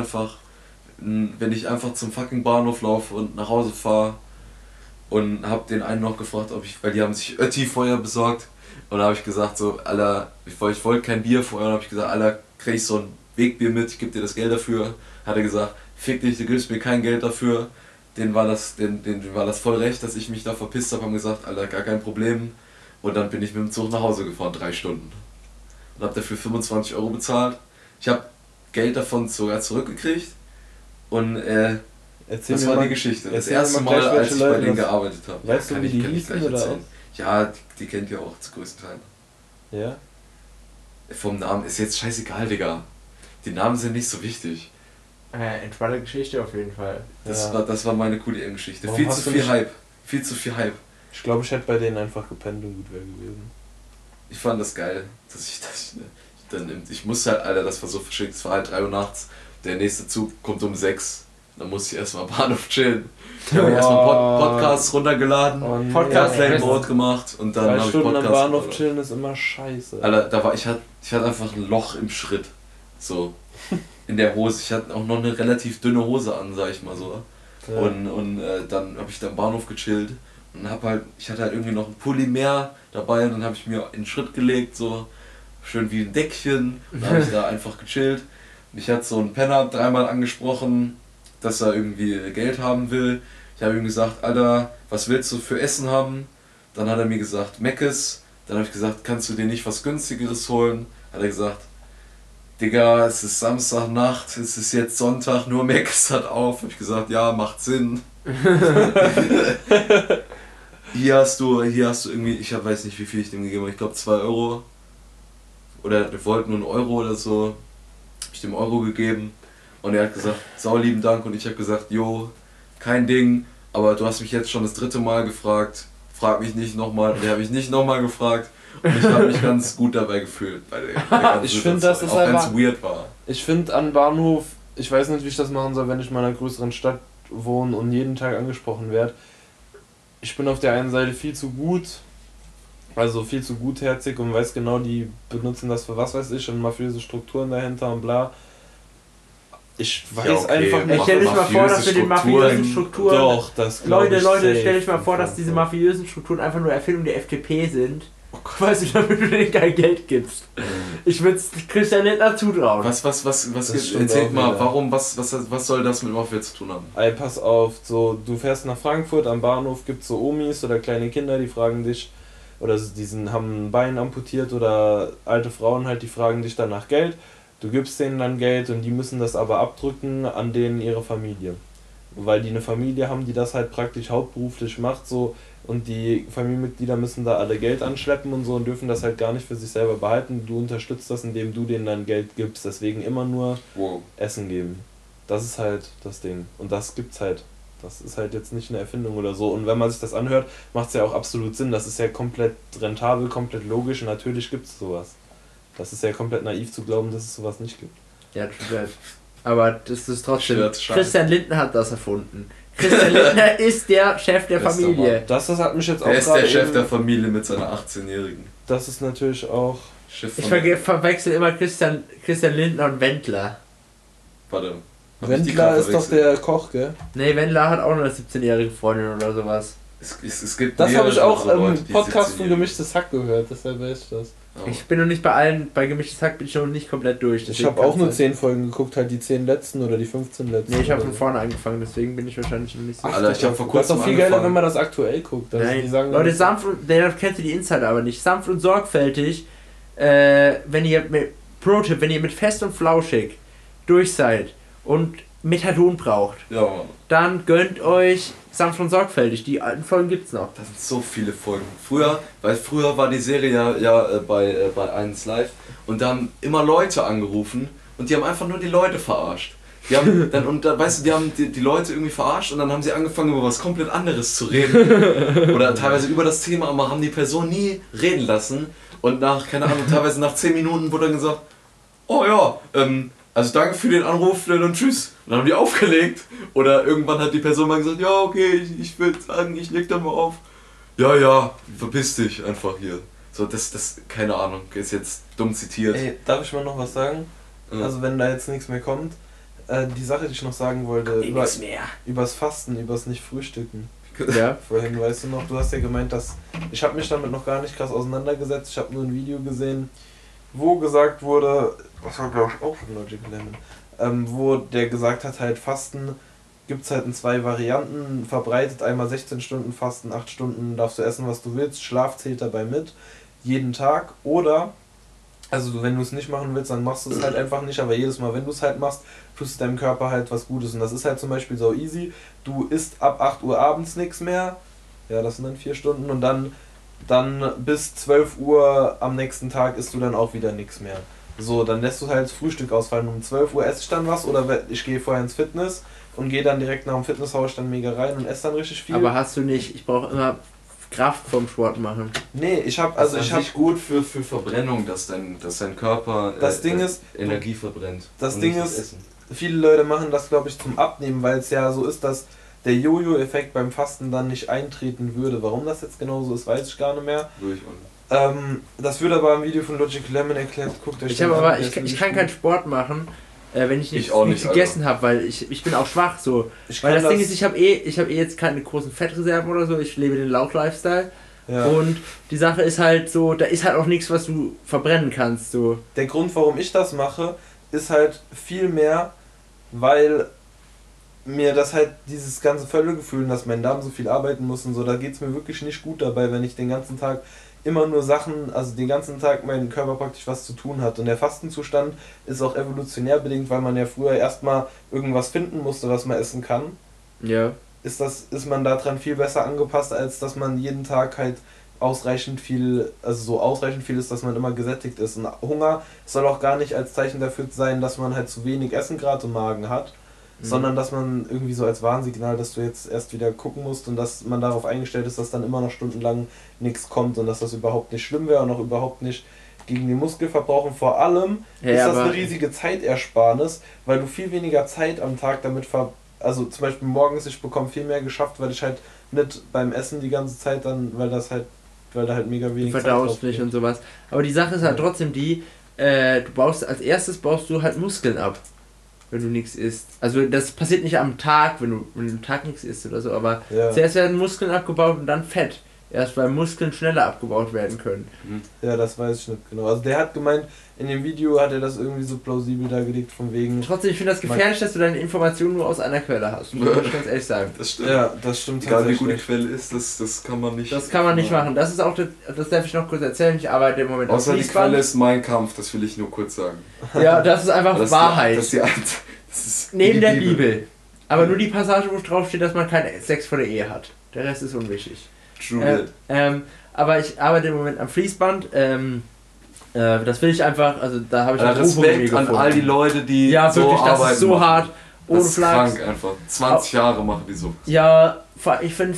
einfach zum fucking Bahnhof laufe und nach Hause fahre, und hab den einen noch gefragt, weil die haben sich Ötti vorher besorgt, und da habe ich gesagt so, Alter, ich wollte kein Bier vorher, und habe ich gesagt, Alter, krieg ich so ein Wegbier mit, ich gebe dir das Geld dafür. Hat er gesagt, fick dich, du gibst mir kein Geld dafür. Denen war das voll recht, dass ich mich da verpisst habe, haben gesagt, Alter, gar kein Problem. Und dann bin ich mit dem Zug nach Hause gefahren, 3 Stunden. Und habe dafür 25 € bezahlt. Ich habe Geld davon sogar zurückgekriegt. Und das war die Geschichte. Das erste Mal, als ich bei denen gearbeitet habe. Weißt du, wie die hießen oder auch? Ja, die kennt ihr auch zu größten Teilen. Ja? Vom Namen ist jetzt scheißegal, Digga. Die Namen sind nicht so wichtig. Entspannte Geschichte auf jeden Fall. Das war meine QDM-Geschichte. Warum Viel hast zu du viel nicht- Hype. Viel zu viel Hype. Ich glaube, ich hätte bei denen einfach gepennt und gut wäre gewesen. Ich fand das geil, ich musste halt, Alter, das war so verschickt, es war halt 3 Uhr nachts, der nächste Zug kommt um 6. Dann musste ich erstmal Bahnhof chillen. Ich habe erstmal Podcasts runtergeladen, Und Podcast Play Mode gemacht, und dann 3 habe ich Stunden am Podcast. Bahnhof chillen ist immer scheiße. Alter, ich hatte einfach ein Loch im Schritt. So. In der Hose. Ich hatte auch noch eine relativ dünne Hose an, sag ich mal so. Ja. Und dann habe ich da am Bahnhof gechillt und ich hatte halt irgendwie noch einen Pulli mehr dabei, und dann habe ich mir in den Schritt gelegt, so schön wie ein Deckchen, und dann habe ich da einfach gechillt. Mich hat so ein Penner 3-mal angesprochen, dass er irgendwie Geld haben will. Ich habe ihm gesagt, Alter, was willst du für Essen haben? Dann hat er mir gesagt, Meckes. Dann habe ich gesagt, kannst du dir nicht was günstigeres holen? Hat er gesagt, Digga, es ist Samstagnacht, es ist jetzt Sonntag, nur Meckes hat auf. Habe ich gesagt, ja, macht Sinn. Hier hast du irgendwie, weiß nicht, wie viel ich dem gegeben habe, ich glaube 2 €. Oder wir wollten nur 1 € oder so. Habe ich dem Euro gegeben. Und er hat gesagt, saulieben Dank. Und ich habe gesagt, jo, kein Ding, aber du hast mich jetzt schon das 3. Mal gefragt. Frag mich nicht nochmal. Und der habe ich nicht nochmal gefragt. Und ich habe mich ganz gut dabei gefühlt bei der ganzen Ich finde, das ist auch wenn es einfach- weird war. Ich finde an Bahnhof, ich weiß nicht, wie ich das machen soll, wenn ich mal in einer größeren Stadt wohne und jeden Tag angesprochen werde. Ich bin auf der einen Seite viel zu gutherzig und weiß genau, die benutzen das für was weiß ich und mafiöse Strukturen dahinter und bla. Ich weiß Ja, okay. einfach Ich nicht. stell dich mal vor, dass wir den mafiösen Strukturen... Doch, das glaub Leute, ich stell safe. dich mal vor, dass diese mafiösen Strukturen einfach nur Erfindung der FDP sind. Weißt du, damit du denen kein Geld gibst. Ich würde es Christian Lindner zutrauen. Was stimmt erzählt auch mal, wieder. warum, was soll das mit Mafia zu tun haben? Ey, pass auf, so, du fährst nach Frankfurt, am Bahnhof gibt es so Omis oder kleine Kinder, die fragen dich, oder haben ein Bein amputiert, oder alte Frauen halt, die fragen dich dann nach Geld. Du gibst denen dann Geld und die müssen das aber abdrücken an denen ihre Familie. Weil die eine Familie haben, die das halt praktisch hauptberuflich macht, so, und die Familienmitglieder müssen da alle Geld anschleppen und so und dürfen das halt gar nicht für sich selber behalten. Du unterstützt das, indem du denen dann Geld gibst. Deswegen immer nur Wow. Essen geben. Das ist halt das Ding. Und das gibt's halt. Das ist halt jetzt nicht eine Erfindung oder so. Und wenn man sich das anhört, macht es ja auch absolut Sinn. Das ist ja komplett rentabel, komplett logisch. Und natürlich gibt's sowas. Das ist ja komplett naiv zu glauben, dass es sowas nicht gibt. Ja, das stimmt. Aber das ist trotzdem... Schade. Christian Lindner hat das erfunden. Christian Lindner ist der Chef der Bester Familie. Das hat mich jetzt auch Er ist der Chef eben- der Familie mit seiner 18-Jährigen. Das ist natürlich auch... Chef Ich von verwechsel immer Christian Lindner und Wendler. Warte. Hab ich die Wendler grad ist doch verwechselt? der Koch, gell? Nee, Wendler hat auch noch eine 17-jährige Freundin oder sowas. Es gibt Das habe ich mehrere auch so Leute, im die Podcast 17-Jährige von Gemischtes Hack gehört, deshalb weiß ich das. Oh. Ich bin noch nicht bei allen, bei Gemischtes Hack bin ich noch nicht komplett durch. Ich deswegen habe auch kann's nur sein. 10 Folgen geguckt, halt die 10 letzten oder die 15 letzten. Nee, ich habe oder von so. vorne angefangen, deswegen bin ich wahrscheinlich noch nicht so. Alter, ich hab vor Das ist kurzem doch viel geiler, angefangen. wenn man das aktuell guckt. Also Nein, die sagen Leute, dann- sanft und, da kennst du die Insider aber nicht. Sanft und sorgfältig, wenn ihr mit, Pro-Tipp, wenn ihr mit fest und flauschig durch seid und Methadon braucht, Ja, Mann. dann gönnt euch sanft und sorgfältig. Die alten Folgen gibt's noch. Das sind so viele Folgen. Früher war die Serie bei 1 Live und da haben immer Leute angerufen und die haben einfach nur die Leute verarscht. Die haben die haben die Leute irgendwie verarscht und dann haben sie angefangen über was komplett anderes zu reden. Oder teilweise über das Thema, aber haben die Person nie reden lassen. Und teilweise nach 10 Minuten wurde dann gesagt, oh ja, also danke für den Anruf und tschüss. Und dann haben die aufgelegt. Oder irgendwann hat die Person mal gesagt, ja okay, ich würde sagen, ich leg dann mal auf. Ja, verpiss dich einfach hier. So, das, keine Ahnung, ist jetzt dumm zitiert. Ey, darf ich mal noch was sagen? Ja. Also wenn da jetzt nichts mehr kommt, die Sache, die ich noch sagen wollte, übers Fasten, übers Nicht-Frühstücken. Ja. Vorhin, weißt du noch, du hast ja gemeint, dass ich habe mich damit noch gar nicht krass auseinandergesetzt, ich habe nur ein Video gesehen, wo gesagt wurde, was war glaube ich auch von Logic Lemon, wo der gesagt hat, halt Fasten gibt es halt in 2 Varianten verbreitet, einmal 16 Stunden Fasten, 8 Stunden darfst du essen, was du willst, Schlaf zählt dabei mit, jeden Tag, oder, also wenn du es nicht machen willst, dann machst du es halt einfach nicht, aber jedes Mal, wenn du es halt machst, tust du deinem Körper halt was Gutes und das ist halt zum Beispiel so easy, du isst ab 8 Uhr abends nichts mehr, ja das sind dann 4 Stunden und dann bis 12 Uhr am nächsten Tag isst du dann auch wieder nichts mehr. So, dann lässt du halt das Frühstück ausfallen. Um 12 Uhr esse ich dann was oder ich gehe vorher ins Fitness und gehe dann direkt nach dem Fitness, hau ich dann mega rein und esse dann richtig viel. Aber hast du nicht, ich brauche immer Kraft vom Sport machen. Nee, ich habe nicht gut für Verbrennung, dass dein Körper das Ding ist, Energie verbrennt. Das Ding ist, viele Leute machen das glaube ich zum Abnehmen, weil es ja so ist, dass der Jojo-Effekt beim Fasten dann nicht eintreten würde. Warum das jetzt genau so ist, weiß ich gar nicht mehr. Das wird aber im Video von Logic Lemon erklärt. Guckt euch das an. Ich kann keinen Sport machen, wenn ich nichts nicht gegessen habe, weil ich bin auch schwach so. Weil das Ding ist, ich habe jetzt keine großen Fettreserven oder so, ich lebe den Lauch-Lifestyle. Ja. Und die Sache ist halt so, da ist halt auch nichts, was du verbrennen kannst. So. Der Grund, warum ich das mache, ist halt viel mehr, weil mir das halt dieses ganze Völlegefühl, dass mein Darm so viel arbeiten muss und so, da geht es mir wirklich nicht gut dabei, wenn ich den ganzen Tag immer nur Sachen, also den ganzen Tag mein Körper praktisch was zu tun hat. Und der Fastenzustand ist auch evolutionär bedingt, weil man ja früher erstmal irgendwas finden musste, was man essen kann. Ja. Ist man daran viel besser angepasst, als dass man jeden Tag halt ausreichend viel, also so ausreichend viel ist, dass man immer gesättigt ist. Und Hunger soll auch gar nicht als Zeichen dafür sein, dass man halt zu wenig Essen gerade im Magen hat, sondern dass man irgendwie so als Warnsignal, dass du jetzt erst wieder gucken musst und dass man darauf eingestellt ist, dass dann immer noch stundenlang nichts kommt und dass das überhaupt nicht schlimm wäre und auch überhaupt nicht gegen den Muskelverbrauch. Und vor allem ist das eine riesige Zeitersparnis, weil du viel weniger Zeit am Tag damit also zum Beispiel morgens, ich bekomme viel mehr geschafft, weil ich halt nicht beim Essen die ganze Zeit dann, weil da halt mega wenig Zeit verdaust nicht und sowas. Aber die Sache ist halt trotzdem die, als erstes baust du halt Muskeln ab, wenn du nichts isst. Also das passiert nicht am Tag, wenn du am Tag nichts isst oder so, aber zuerst werden Muskeln abgebaut und dann Fett. Erst weil Muskeln schneller abgebaut werden können. Ja, das weiß ich nicht genau. Also der hat gemeint, in dem Video hat er das irgendwie so plausibel dargelegt, von wegen... Trotzdem, ich finde das gefährlich, dass du deine Informationen nur aus einer Quelle hast. Muss ich ganz ehrlich sagen. Das stimmt. Ja, das stimmt. Egal wie gut die Quelle ist, das kann man nicht... Das kann man nicht machen. Das ist auch, das darf ich noch kurz erzählen, ich arbeite im Moment auf Außer die Quelle ist Mein Kampf, das will ich nur kurz sagen. Ja, das ist einfach Wahrheit. Das ist neben der Bibel. Aber nur die Passage, wo drauf steht, dass man keinen Sex vor der Ehe hat. Der Rest ist unwichtig. Aber ich arbeite im Moment am Fließband. Das will ich einfach, also da habe ich einen Respekt an all die Leute, die ja, so wirklich, arbeiten. Das ist so hart. Ohne das ist Flachs. krank einfach. 20 Jahre machen die so. Ja, ich finde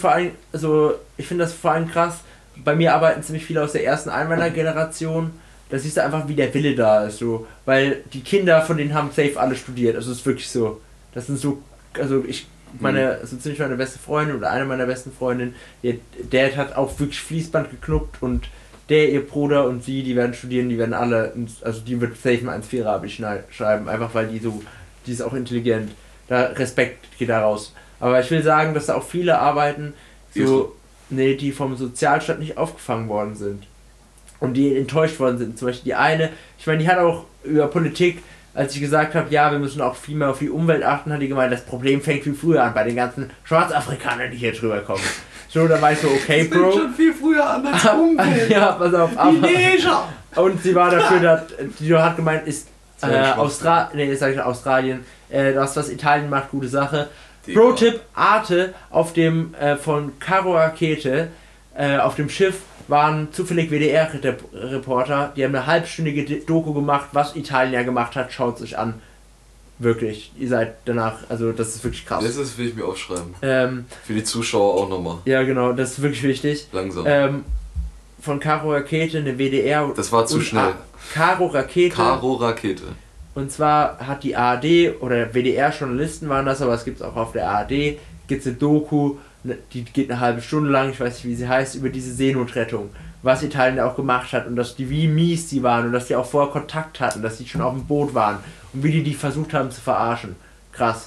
das vor allem krass. Bei mir arbeiten ziemlich viele aus der ersten Einwandergeneration. Da siehst du einfach, wie der Wille da ist. So. Weil die Kinder von denen haben safe alle studiert. Also es ist wirklich so. Das sind so, also so ziemlich meine beste Freundin oder eine meiner besten Freundinnen, der hat auch wirklich Fließband geknuppt und ihr Bruder und sie, die werden studieren, die werden alle, also die wird safe mal 1,4er Abi schreiben, einfach weil die ist auch intelligent. Da Respekt geht da raus. Aber ich will sagen, dass da auch viele arbeiten, die vom Sozialstaat nicht aufgefangen worden sind. Und die enttäuscht worden sind. Zum Beispiel die eine, ich meine, die hat auch über Politik, als ich gesagt habe, ja, wir müssen auch viel mehr auf die Umwelt achten, hat die gemeint, das Problem fängt viel früher an, bei den ganzen Schwarzafrikanern, die hier drüber kommen. So, da war ich so, okay, Bro. Das fängt schon viel früher an als Umwelt. Ja, pass auf. Und sie war dafür, die hat gemeint, Australien. Das, was Italien macht, gute Sache. Digga. Pro-Tipp, Arte auf dem von Caro Rakete auf dem Schiff waren zufällig WDR-Reporter, die haben eine halbstündige Doku gemacht, was Italien ja gemacht hat, schaut es euch an. Wirklich, ihr seid danach, also das ist wirklich krass. Das will ich mir aufschreiben. Für die Zuschauer auch nochmal. Ja genau, das ist wirklich wichtig. Langsam. Von Caro Rakete, eine WDR. Das war zu schnell. Caro Rakete. Caro Rakete. Und zwar hat die ARD oder WDR-Journalisten waren das, aber es gibt es auch auf der ARD, gibt es eine Doku, die geht eine halbe Stunde lang, ich weiß nicht wie sie heißt, über diese Seenotrettung. Was Italien auch gemacht hat und dass die wie mies die waren und dass die auch vorher Kontakt hatten, dass die schon auf dem Boot waren und wie die versucht haben zu verarschen. Krass.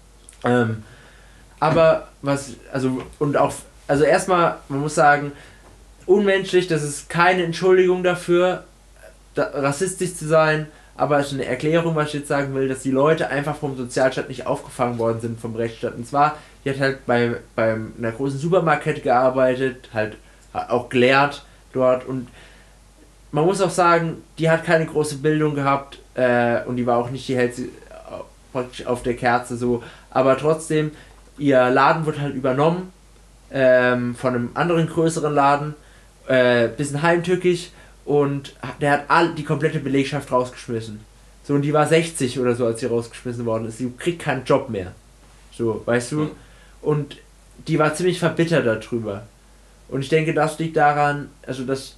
Aber was, also erstmal, man muss sagen, unmenschlich, das ist keine Entschuldigung dafür, rassistisch zu sein, aber es ist eine Erklärung, was ich jetzt sagen will, dass die Leute einfach vom Sozialstaat nicht aufgefangen worden sind, vom Rechtsstaat. Und zwar, die hat halt bei einer großen Supermarktkette gearbeitet, halt auch gelehrt dort und man muss auch sagen, die hat keine große Bildung gehabt und die war auch nicht die hellste praktisch auf der Kerze so, aber trotzdem, ihr Laden wird halt übernommen von einem anderen größeren Laden, bisschen heimtückisch und der hat die komplette Belegschaft rausgeschmissen. So, und die war 60 oder so, als sie rausgeschmissen worden ist. Sie kriegt keinen Job mehr. So, weißt du? Und die war ziemlich verbittert darüber. Und ich denke, das liegt daran, also dass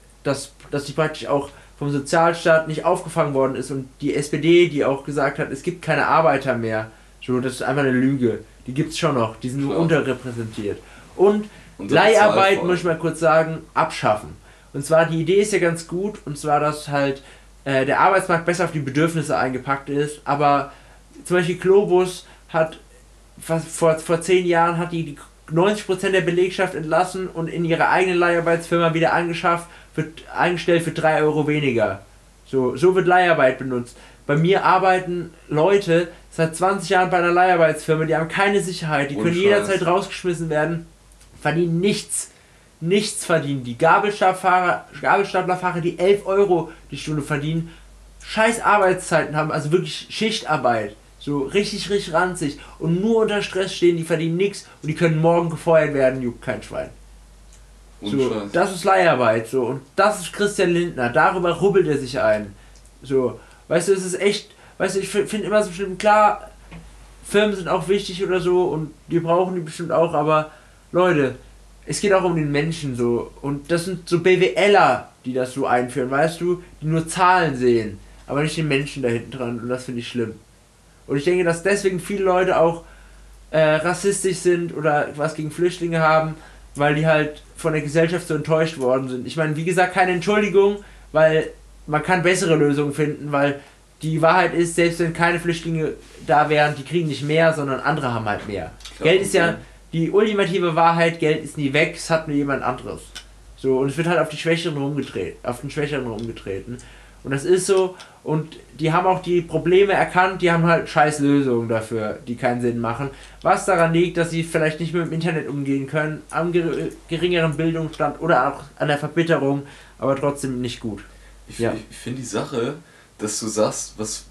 die praktisch auch vom Sozialstaat nicht aufgefangen worden ist und die SPD, die auch gesagt hat, es gibt keine Arbeiter mehr. So, das ist einfach eine Lüge. Die gibt es schon noch, die sind nur unterrepräsentiert. Und Leiharbeit, muss ich mal kurz sagen, abschaffen. Und zwar, die Idee ist ja ganz gut, und zwar, dass halt der Arbeitsmarkt besser auf die Bedürfnisse eingepackt ist, aber zum Beispiel Globus hat vor 10 Jahren hat die 90% der Belegschaft entlassen und in ihre eigene Leiharbeitsfirma wieder eingestellt für 3 Euro weniger. So wird Leiharbeit benutzt. Bei mir arbeiten Leute seit 20 Jahren bei einer Leiharbeitsfirma, die haben keine Sicherheit, die können jederzeit rausgeschmissen werden, verdienen nichts verdienen. Die Gabelstaplerfahrer, die 11 Euro die Stunde verdienen, scheiß Arbeitszeiten haben, also wirklich Schichtarbeit. So richtig ranzig. Und nur unter Stress stehen, die verdienen nichts und die können morgen gefeuert werden, juckt kein Schwein. So, das ist Leiharbeit. So, und das ist Christian Lindner. Darüber rubbelt er sich ein. So, weißt du, es ist echt, weißt du, ich finde immer so bestimmt, klar, Firmen sind auch wichtig oder so und die brauchen die bestimmt auch, aber Leute, es geht auch um den Menschen so. Und das sind so BWLer, die das so einführen, weißt du, die nur Zahlen sehen, aber nicht den Menschen da hinten dran. Und das finde ich schlimm. Und ich denke, dass deswegen viele Leute auch rassistisch sind oder was gegen Flüchtlinge haben, weil die halt von der Gesellschaft so enttäuscht worden sind. Ich meine, wie gesagt, keine Entschuldigung, weil man kann bessere Lösungen finden, weil die Wahrheit ist, selbst wenn keine Flüchtlinge da wären, die kriegen nicht mehr, sondern andere haben halt mehr. Klar, Geld ist ja die ultimative Wahrheit, Geld ist nie weg, es hat nur jemand anderes. So, und es wird halt auf den Schwächeren rumgetreten. Und das ist so, und die haben auch die Probleme erkannt, die haben halt scheiß Lösungen dafür, die keinen Sinn machen. Was daran liegt, dass sie vielleicht nicht mit dem Internet umgehen können, am geringeren Bildungsstand oder auch an der Verbitterung, aber trotzdem nicht gut. Ich finde die Sache, dass du sagst,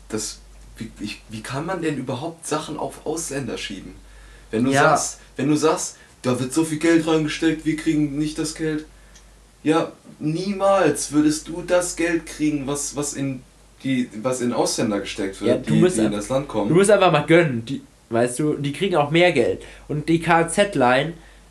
wie kann man denn überhaupt Sachen auf Ausländer schieben? Wenn du sagst, da wird so viel Geld reingesteckt, wir kriegen nicht das Geld. Ja, niemals würdest du das Geld kriegen, was in Ausländer gesteckt wird, die in das Land kommen. Du musst einfach mal gönnen, weißt du, die kriegen auch mehr Geld. Und die KZ-Line,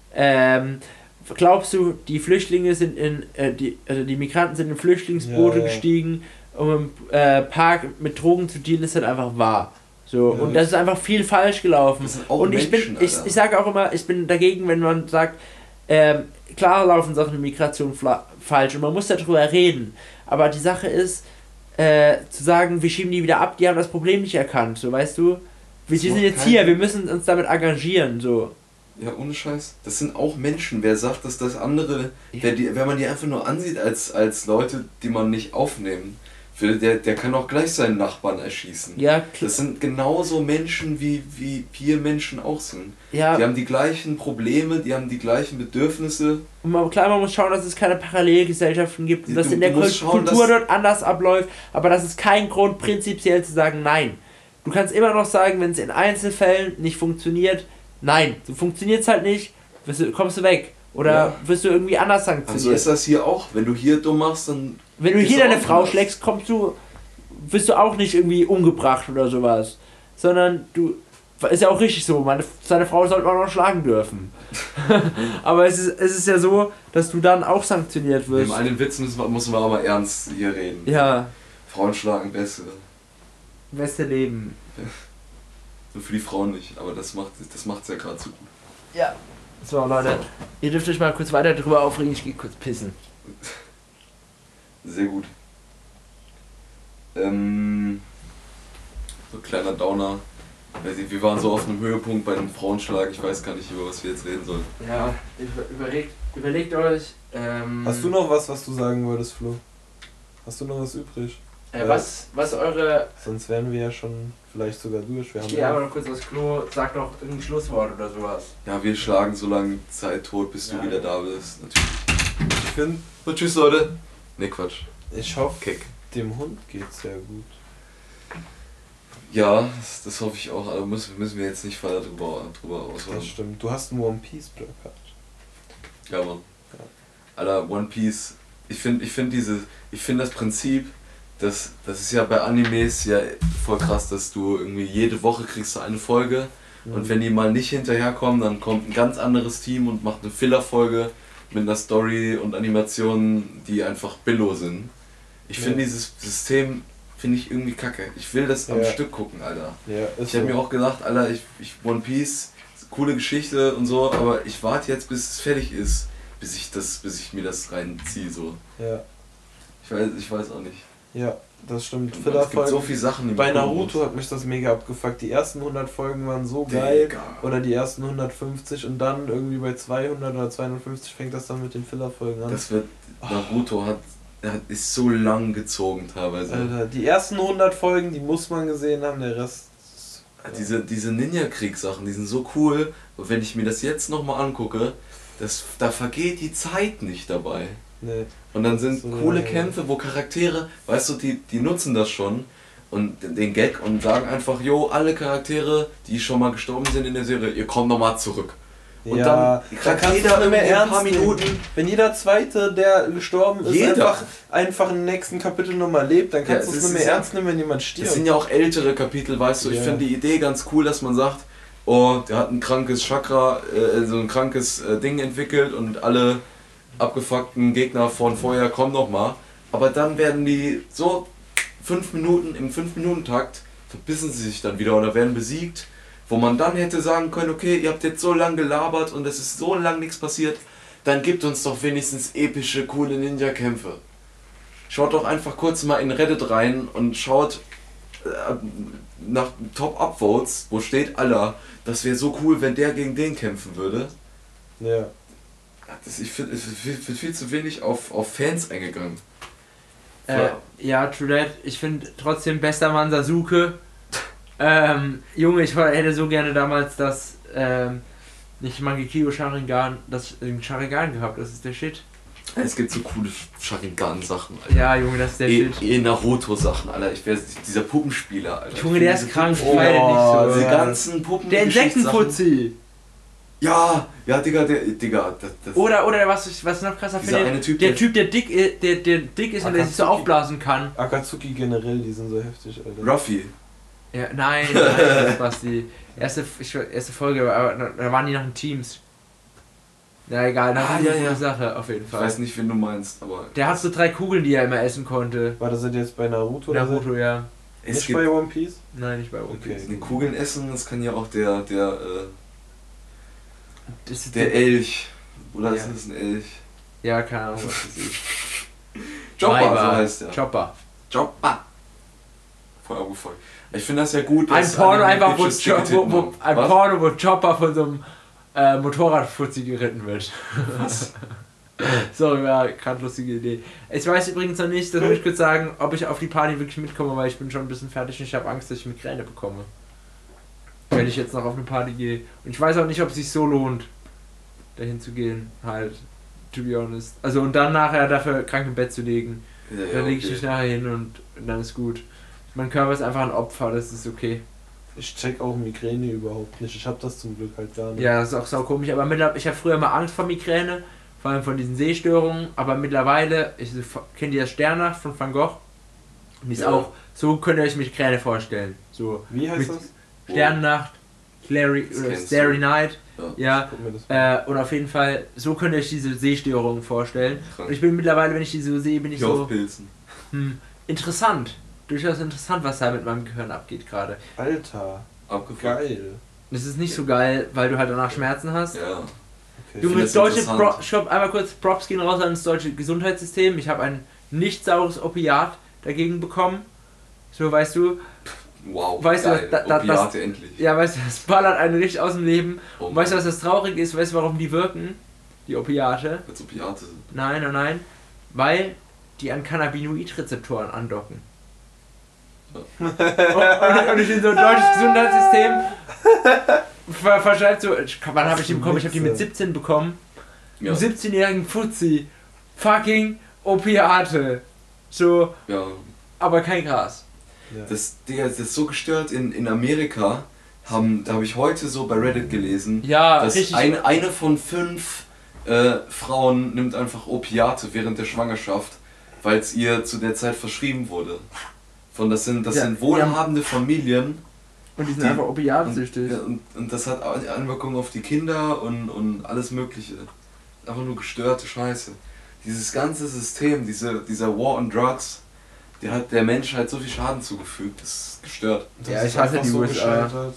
glaubst du, die Flüchtlinge sind die Migranten sind in Flüchtlingsboote gestiegen, um im Park mit Drogen zu dealen, ist halt einfach wahr. So, und das ist einfach viel falsch gelaufen. Und ich sage auch immer, ich bin dagegen, wenn man sagt, klar laufen Sachen mit Migration falsch und man muss darüber reden. Aber die Sache ist, zu sagen, wir schieben die wieder ab, die haben das Problem nicht erkannt, so, weißt du? Wir sind jetzt hier, wir müssen uns damit engagieren, so. Ja, ohne Scheiß. Das sind auch Menschen. Wer sagt, dass das andere, wenn man die einfach nur ansieht als Leute, die man nicht aufnehmen Der kann auch gleich seinen Nachbarn erschießen. Ja, klar. Das sind genauso Menschen, wie wir Menschen auch sind. Ja. Die haben die gleichen Probleme, die haben die gleichen Bedürfnisse. Und man muss schauen, dass es keine Parallelgesellschaften gibt und dass in der musst schauen, Kultur dort anders abläuft, aber das ist kein Grund, prinzipiell zu sagen, nein. Du kannst immer noch sagen, wenn es in Einzelfällen nicht funktioniert, nein, so funktioniert es halt nicht, kommst du weg. Oder wirst du irgendwie anders sanktioniert. Also ist das hier auch, wenn du hier dumm machst, dann... Wenn du hier deine Frau schlägst, wirst du auch nicht irgendwie umgebracht oder sowas. Sondern ist ja auch richtig so, seine Frau sollte man auch noch schlagen dürfen. Aber es ist ja so, dass du dann auch sanktioniert wirst. Neben all den Witzen müssen wir aber ernst hier reden. Ja. Frauen schlagen Beste. Beste Leben. Nur für die Frauen nicht, aber das macht's ja gerade so gut. Ja. So, Leute, ihr dürft euch mal kurz weiter drüber aufregen, ich gehe kurz pissen. Sehr gut. So kleiner Downer. Wir waren so auf einem Höhepunkt bei dem Frauenschlag, ich weiß gar nicht, über was wir jetzt reden sollen. Ja, überlegt euch. Hast du noch was du sagen wolltest, Flo? Hast du noch was übrig? Was eure... Sonst wären wir ja schon vielleicht sogar durch. Ich gehe aber noch kurz aufs Klo, sag doch irgendein Schlusswort oder sowas. Ja, wir schlagen so lange Zeit tot, bis du wieder da bist. Natürlich. Ich finde... So, tschüss Leute. Ne, Quatsch. Ich hoffe, Kick. dem Hund geht's sehr gut. Ja, das hoffe ich auch, aber müssen wir jetzt nicht weiter drüber ausholen. Das stimmt. Du hast einen One Piece Blog gehabt. Ja, Mann. Ja. Alter, One Piece, ich finde das Prinzip, das ist ja bei Animes ja voll krass, dass du irgendwie jede Woche kriegst du eine Folge und wenn die mal nicht hinterherkommen, dann kommt ein ganz anderes Team und macht eine Filler-Folge mit einer Story und Animationen, die einfach billo sind. Ich finde dieses System irgendwie kacke. Ich will das am Stück gucken, Alter. Ja, ich habe mir auch gedacht, Alter, ich One Piece, coole Geschichte und so, aber ich warte jetzt, bis es fertig ist, bis ich mir das reinziehe, so. Ja. Ich weiß auch nicht. Ja, das stimmt. Es gibt so viele Sachen, die bei Naruto hat mich das mega abgefuckt. Die ersten 100 Folgen waren so geil. Oder die ersten 150 und dann irgendwie bei 200 oder 250 fängt das dann mit den Filler-Folgen an. Naruto ist so lang gezogen teilweise. Alter, die ersten 100 Folgen, die muss man gesehen haben, der Rest... Diese Ninja-Krieg-Sachen, die sind so cool. Und wenn ich mir das jetzt nochmal angucke, da vergeht die Zeit nicht dabei. Nee. Und dann sind so coole Kämpfe, wo Charaktere, weißt du, die nutzen das schon und den Gag und sagen einfach, jo, alle Charaktere, die schon mal gestorben sind in der Serie, ihr kommt nochmal zurück. Und dann kann jeder nicht mehr ernst nehmen. Wenn jeder Zweite, der gestorben ist, einfach im nächsten Kapitel nochmal lebt, dann kannst du es nicht mehr ernst nehmen, wenn jemand stirbt. Das sind ja auch ältere Kapitel, weißt du, ich finde die Idee ganz cool, dass man sagt, oh, der hat ein krankes Chakra, so ein krankes Ding entwickelt und alle abgefuckten Gegner von vorher kommen nochmal. Aber dann werden die so 5 Minuten, im 5-Minuten-Takt verbissen sie sich dann wieder oder werden besiegt, wo man dann hätte sagen können, okay, ihr habt jetzt so lange gelabert und es ist so lange nichts passiert, dann gibt uns doch wenigstens epische, coole Ninja-Kämpfe. Schaut doch einfach kurz mal in Reddit rein und schaut nach Top-Upvotes, wo steht, Alter, das wäre so cool, wenn der gegen den kämpfen würde. Ja. Ich finde, es wird viel zu wenig auf Fans eingegangen. Ja, true that. Ich finde trotzdem bester Mann Sasuke. Junge, ich hätte so gerne damals das, nicht Mangekyo Sharingan, das Sharingan gehabt, das ist der Shit. Es gibt so coole Sharingan-Sachen, Alter. Ja, Junge, das ist der Shit. Naruto-Sachen, Alter. Ich wäre dieser Puppenspieler, Alter. Junge, der ist krank, ich feiere nicht so. Diese ganzen Puppen. Der Insektenfuzzi. Ja, Digga, das Oder was noch krasser finde, der Typ, der dick ist und der sich so aufblasen kann. Akatsuki generell, die sind so heftig, Alter. Ruffy. Ja, nein, das war die erste Folge, aber da waren die noch in Teams. Ja, egal, das ist eine Sache auf jeden Fall. Ich weiß nicht, wen du meinst, aber... Der hat so 3 Kugeln, die er immer essen konnte. War das jetzt bei Naruto? Naruto, ja. Nicht bei One Piece? Nein, nicht bei One Piece. Die Kugeln essen, das kann ja auch der Elch. Oder ist das ein Elch? Ja, keine Ahnung, was das ist. Chopper, so heißt der. Chopper. Voll aufgefallen. Ich finde das ja gut, dass ein Porno einfach, wo Chopper von so einem Motorradfuzzi geritten wird. Was? Sorry, war gerade lustige Idee. Ich weiß übrigens noch nicht, das muss ich kurz sagen, ob ich auf die Party wirklich mitkomme, weil ich bin schon ein bisschen fertig und ich habe Angst, dass ich Migräne bekomme. Wenn ich jetzt noch auf eine Party gehe. Und ich weiß auch nicht, ob es sich so lohnt, dahin zu gehen, halt, to be honest. Also und dann nachher dafür krank im Bett zu liegen. Ja, Dann lege ich mich nachher hin und dann ist gut. Mein Körper ist einfach ein Opfer, das ist okay. Ich check auch Migräne überhaupt nicht. Ich hab das zum Glück halt gar nicht. Ja, das ist auch sau komisch, aber ich habe früher mal Angst vor Migräne, vor allem von diesen Sehstörungen, aber mittlerweile, kennt ihr das Sternnacht von Van Gogh? Und die ist auch, so könnt ihr euch Migräne vorstellen. So, Wie heißt das? Sternnacht, Starry Night, ja, Guck mir das und auf jeden Fall, so könnt ihr euch diese Sehstörungen vorstellen. Krank. Und ich bin mittlerweile, wenn ich die so sehe, bin ich so, Pilzen. interessant. Durchaus interessant, was da mit meinem Gehirn abgeht gerade. Alter, Abgefahren. geil. Das ist nicht so geil, weil du halt danach Schmerzen hast. Ja. Okay. Du, finde mit das deutsche interessant. Shop, einmal kurz Props gehen raus an das deutsche Gesundheitssystem. Ich habe ein nicht saures Opiat dagegen bekommen. So, weißt du, Wow, Weißt du, geil. das- Opiate endlich. ja, weißt du, das ballert einen richtig aus dem Leben. Oh Und weißt du, Mann. was das traurig ist? Weißt du, warum die wirken? Die Opiate? Als Opiate sind. Nein. Weil die an Cannabinoid-Rezeptoren andocken. Und ich in so ein deutsches Gesundheitssystem verschreibt so, wann habe ich die bekommen? Ich habe die mit 17 bekommen. Ja. Einem 17-jährigen Fuzzi. Fucking Opiate. So, Ja. aber kein Gras. Ja. Digga, das ist so gestört in Amerika. Da habe ich heute so bei Reddit gelesen, Ja, dass richtig. eine von 5 Frauen nimmt einfach Opiate während der Schwangerschaft, weil es ihr zu der Zeit verschrieben wurde. Das sind Ja, wohlhabende Familien. Und die sind die- einfach opiatsüchtig. Und das hat Anwirkungen auf die Kinder und alles Mögliche. Einfach nur gestörte Scheiße. Dieses ganze System, dieser War on Drugs, der hat der Menschheit so viel Schaden zugefügt, das ist gestört. Ja, ist ich hasse einfach die USA. gescheitert.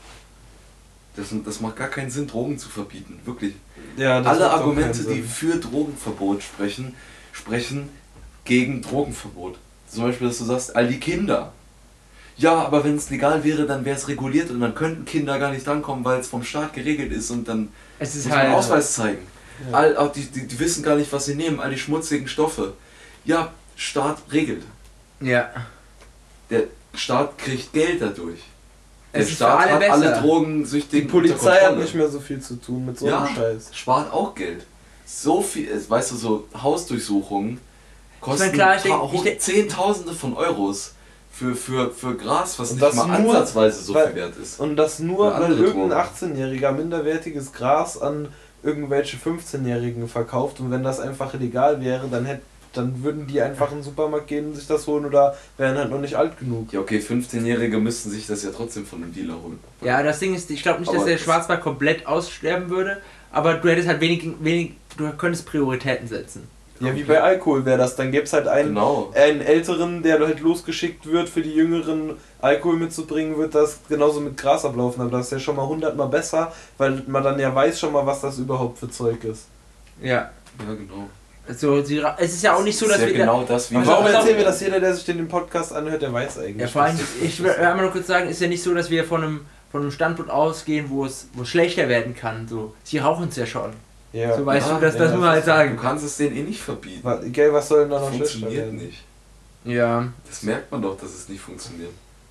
Das macht gar keinen Sinn, Drogen zu verbieten, wirklich. Ja, das Alle macht auch Argumente, keinen die Sinn. für Drogenverbot sprechen gegen Drogenverbot. Zum Beispiel, dass du sagst, all die Kinder. Ja, aber wenn es legal wäre, dann wäre es reguliert und dann könnten Kinder gar nicht drankommen, weil es vom Staat geregelt ist und dann Es ist muss man halt. einen Ausweis zeigen. Ja. Auch die wissen gar nicht, was sie nehmen, all die schmutzigen Stoffe. Ja, Staat regelt. Ja. Der Staat kriegt Geld dadurch. Der Es ist für Staat alle hat besser. alle Die Drogensüchtigen Polizei unter hat Kontrolle. nicht mehr so viel zu tun mit so Ja. einem Scheiß. Spart auch Geld. So viel, weißt du, so Hausdurchsuchungen kosten klar, ich denk- Zehntausende von Euros für Gras, was Und nicht das mal nur, ansatzweise so weil- viel wert ist. Und das nur, Für weil andere irgendein Drogen. 18-Jähriger minderwertiges Gras an irgendwelche 15-Jährigen verkauft und wenn das einfach illegal wäre, dann würden die einfach in den Supermarkt gehen und sich das holen oder wären halt noch nicht alt genug. Ja, okay, 15-Jährige müssten sich das ja trotzdem von einem Dealer holen. Ja, das Ding ist, ich glaube nicht, dass Aber der das- Schwarzmarkt komplett aussterben würde, aber du hättest halt du könntest Prioritäten setzen. Ja, wie bei Alkohol wäre das. Dann gäbe es halt Genau. einen Älteren, der halt losgeschickt wird, für die Jüngeren Alkohol mitzubringen, wird das genauso mit Gras ablaufen. Aber das ist ja schon mal 100-mal besser, weil man dann ja weiß schon mal, was das überhaupt für Zeug ist. Ja. Ja, genau. Also, es ist ja auch nicht so, dass ist ja wir. genau das, wie Aber Also warum auch- erzählen wir das jeder, der sich den Podcast anhört, der weiß eigentlich. Ja, vor allem, was das ich ist. will einmal nur kurz sagen, ist ja nicht so, dass wir von einem Standpunkt ausgehen, wo es schlechter werden kann. So, sie rauchen es ja schon. Ja. So weißt Ja, du, das ja, muss man halt Du sagen. kannst es denen eh nicht verbieten. Gell, was soll denn da noch schlechter Funktioniert werden? nicht. Ja. Das merkt man doch, dass es nicht funktioniert.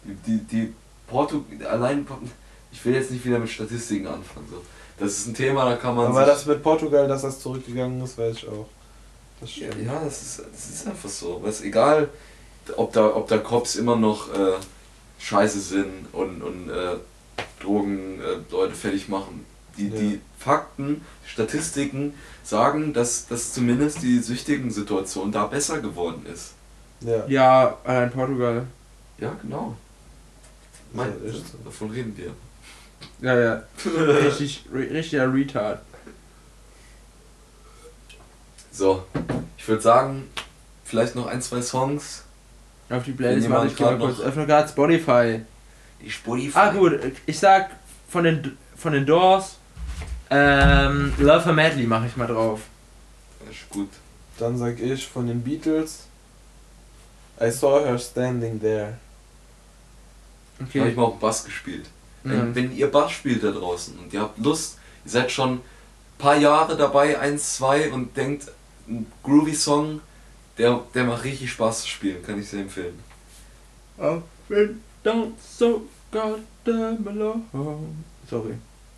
Ich will jetzt nicht wieder mit Statistiken anfangen. So. Das ist ein Thema, da kann man Aber sich... das mit Portugal, dass das zurückgegangen ist, weiß ich auch. Das Ja, stimmt. das ist einfach so. Weil egal, ob da Cops immer noch scheiße sind und Drogen Leute fertig machen. Die Fakten, die Statistiken sagen, dass zumindest die süchtigen Situation da besser geworden ist. Ja. Ja, in Portugal. Ja, genau. Ja, ist so. Davon reden wir. Ja. Richtiger Retard. So, ich würde sagen, vielleicht noch 1, 2 Songs. Auf die Playlist Wenn warte jemand ich mal grad kurz. noch- Öffne gerade Spotify. Die Spotify. Ah gut, ich sag von den Doors Love Her Madly mache ich mal drauf. Ist gut. Dann sag ich von den Beatles I saw her standing there. Da habe ich Okay. mal auch Bass gespielt. Mhm. Wenn ihr Bass spielt da draußen und ihr habt Lust, ihr seid schon paar Jahre dabei, 1, 2 und denkt, ein groovy Song, der macht richtig Spaß zu spielen, kann ich sehr empfehlen. I've been down so goddamn alone. Sorry.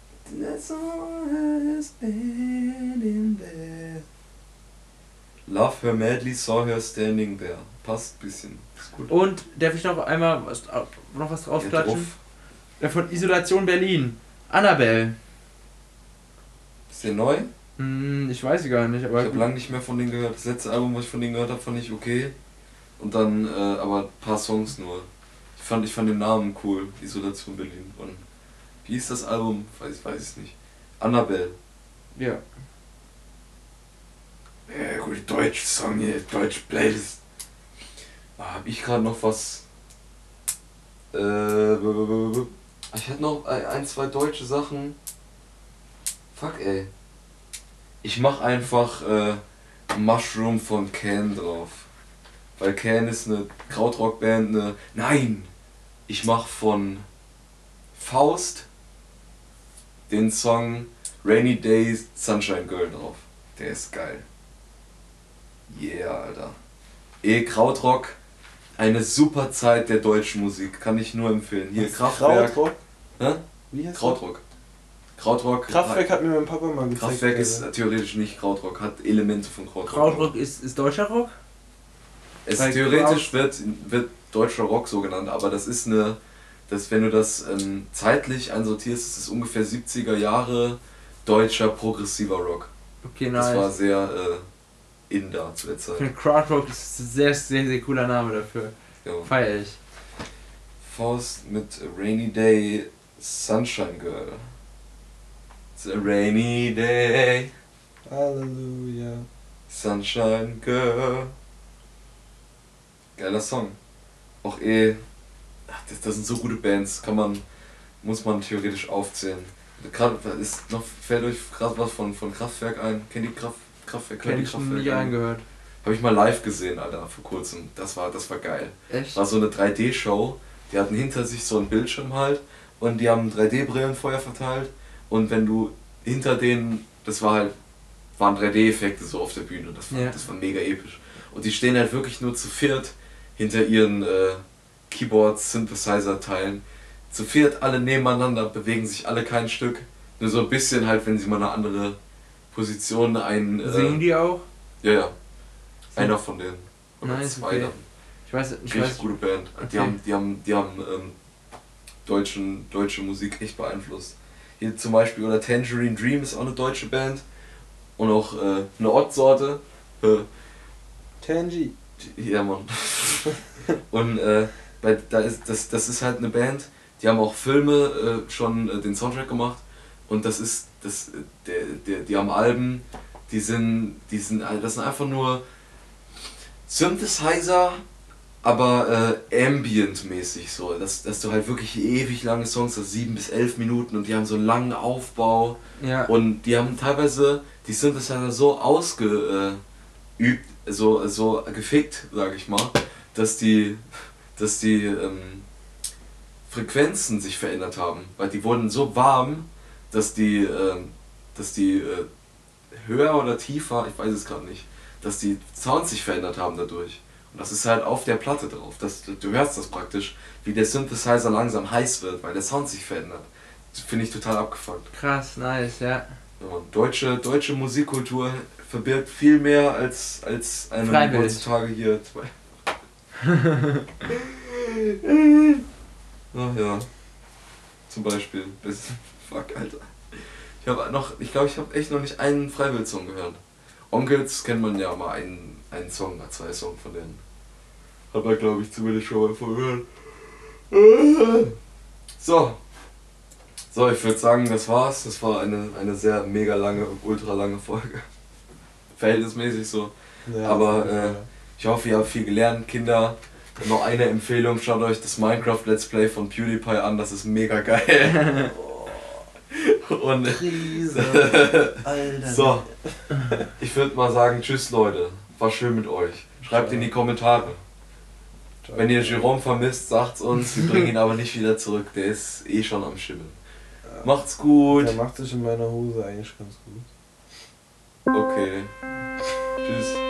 Love her madly, saw her standing there. Passt ein bisschen. Ist gut. Und darf ich noch einmal noch was draufklatschen? Von Isolation Berlin. Annabelle. Ist der neu? Ich weiß sie gar nicht, aber. Ich habe lange nicht mehr von denen gehört. Das letzte Album, was ich von denen gehört habe, fand ich okay. Und dann, aber ein paar Songs nur. Ich fand den Namen cool, Isolation Berlin. Und wie hieß das Album? Weiß ich nicht. Annabelle. Ja. Ja, gut, deutsche Song hier, deutsche Playlist. Hab ich gerade noch was? Ich hatte noch ein, zwei deutsche Sachen. Fuck, ey. Ich mach einfach Mushroom von Can drauf. Weil Can ist eine Krautrock-Band, Nein! Ich mach von Faust den Song Rainy Day Sunshine Girl drauf. Der ist geil. Yeah, Alter. Krautrock, eine super Zeit der deutschen Musik, kann ich nur empfehlen. Hier Kraftwerk. Krautrock? Hä? Wie heißt Krautrock. Krautrock. Kraftwerk hat mir mein Papa mal gezeigt. Kraftwerk ist theoretisch nicht Krautrock, hat Elemente von Krautrock. Krautrock ist deutscher Rock? Es Weil theoretisch wird deutscher Rock so genannt, aber das ist wenn du das zeitlich einsortierst, ist es ungefähr 70er Jahre deutscher progressiver Rock. Okay, nice. Das war sehr in da zu der Zeit. Ich finde Krautrock ist ein sehr, sehr, sehr cooler Name dafür. Ja. Feier ich. Faust mit Rainy Day Sunshine Girl. It's a rainy day. Halleluja. Sunshine Girl. Geiler Song. Auch das sind so gute Bands, muss man theoretisch aufzählen. Gerade fällt euch gerade was von Kraftwerk ein? Kennt ihr Kraftwerk? Kenn ich schon nie reingehört. Habe ich mal live gesehen, Alter, vor kurzem. Das war geil. Echt? War so eine 3D-Show. Die hatten hinter sich so einen Bildschirm halt und die haben 3D-Brillenfeuer verteilt und wenn du hinter denen, waren 3D-Effekte so auf der Bühne. Das war mega episch. Und die stehen halt wirklich nur zu viert hinter ihren Keyboards, Synthesizer-Teilen. Zu viert, alle nebeneinander, bewegen sich alle kein Stück. Nur so ein bisschen halt, wenn sie mal eine andere Position Singen die auch? Ja, ja. Einer von denen. Oder Nice, zwei okay. dann. Ich Richtig weiß. gute Band. Okay. Die haben deutsche Musik echt beeinflusst. Hier zum Beispiel, oder Tangerine Dream ist auch eine deutsche Band. Und auch eine Odd-Sorte. Tangy. Ja, Mann. Und das ist halt eine Band, die haben auch Filme schon den Soundtrack gemacht. Und die haben Alben, das sind einfach nur Synthesizer, aber ambient-mäßig so, dass du halt wirklich ewig lange Songs hast, 7 bis 11 Minuten und die haben so einen langen Aufbau Ja. und die haben teilweise die Synthesizer so ausgeübt, so gefickt, sag ich mal, dass die Frequenzen sich verändert haben, weil die wurden so warm, dass die höher oder tiefer, ich weiß es gerade nicht, dass die Sounds sich verändert haben dadurch. Und das ist halt auf der Platte drauf. Du hörst das praktisch, wie der Synthesizer langsam heiß wird, weil der Sound sich verändert. Das finde ich total abgefuckt. Krass, nice, ja. Ja, Mann. Deutsche Musikkultur verbirgt viel mehr als eine Freiwillig. heutzutage hier. Ach ja. Zum Beispiel. Fuck, Alter. Ich glaube, ich habe echt noch nicht einen Freiwill-Song gehört. Onkels kennt man ja mal einen Song, mal 2 Songs von denen. Hat man, glaube ich, zumindest schon mal vorgehört. So, ich würde sagen, das war's. Das war eine sehr mega lange, ultra lange Folge. Verhältnismäßig so. Ja, Aber ich hoffe, ihr habt viel gelernt, Kinder. Noch eine Empfehlung, schaut euch das Minecraft Let's Play von PewDiePie an, das ist mega geil. Und Krise. Alter. so, ich würde mal sagen, tschüss Leute, war schön mit euch. Schreibt in die Kommentare. Wenn ihr Jerome vermisst, sagt's uns, wir bringen ihn aber nicht wieder zurück, der ist eh schon am Schimmeln. Macht's gut. Der macht sich in meiner Hose eigentlich ganz gut. Okay. Tschüss.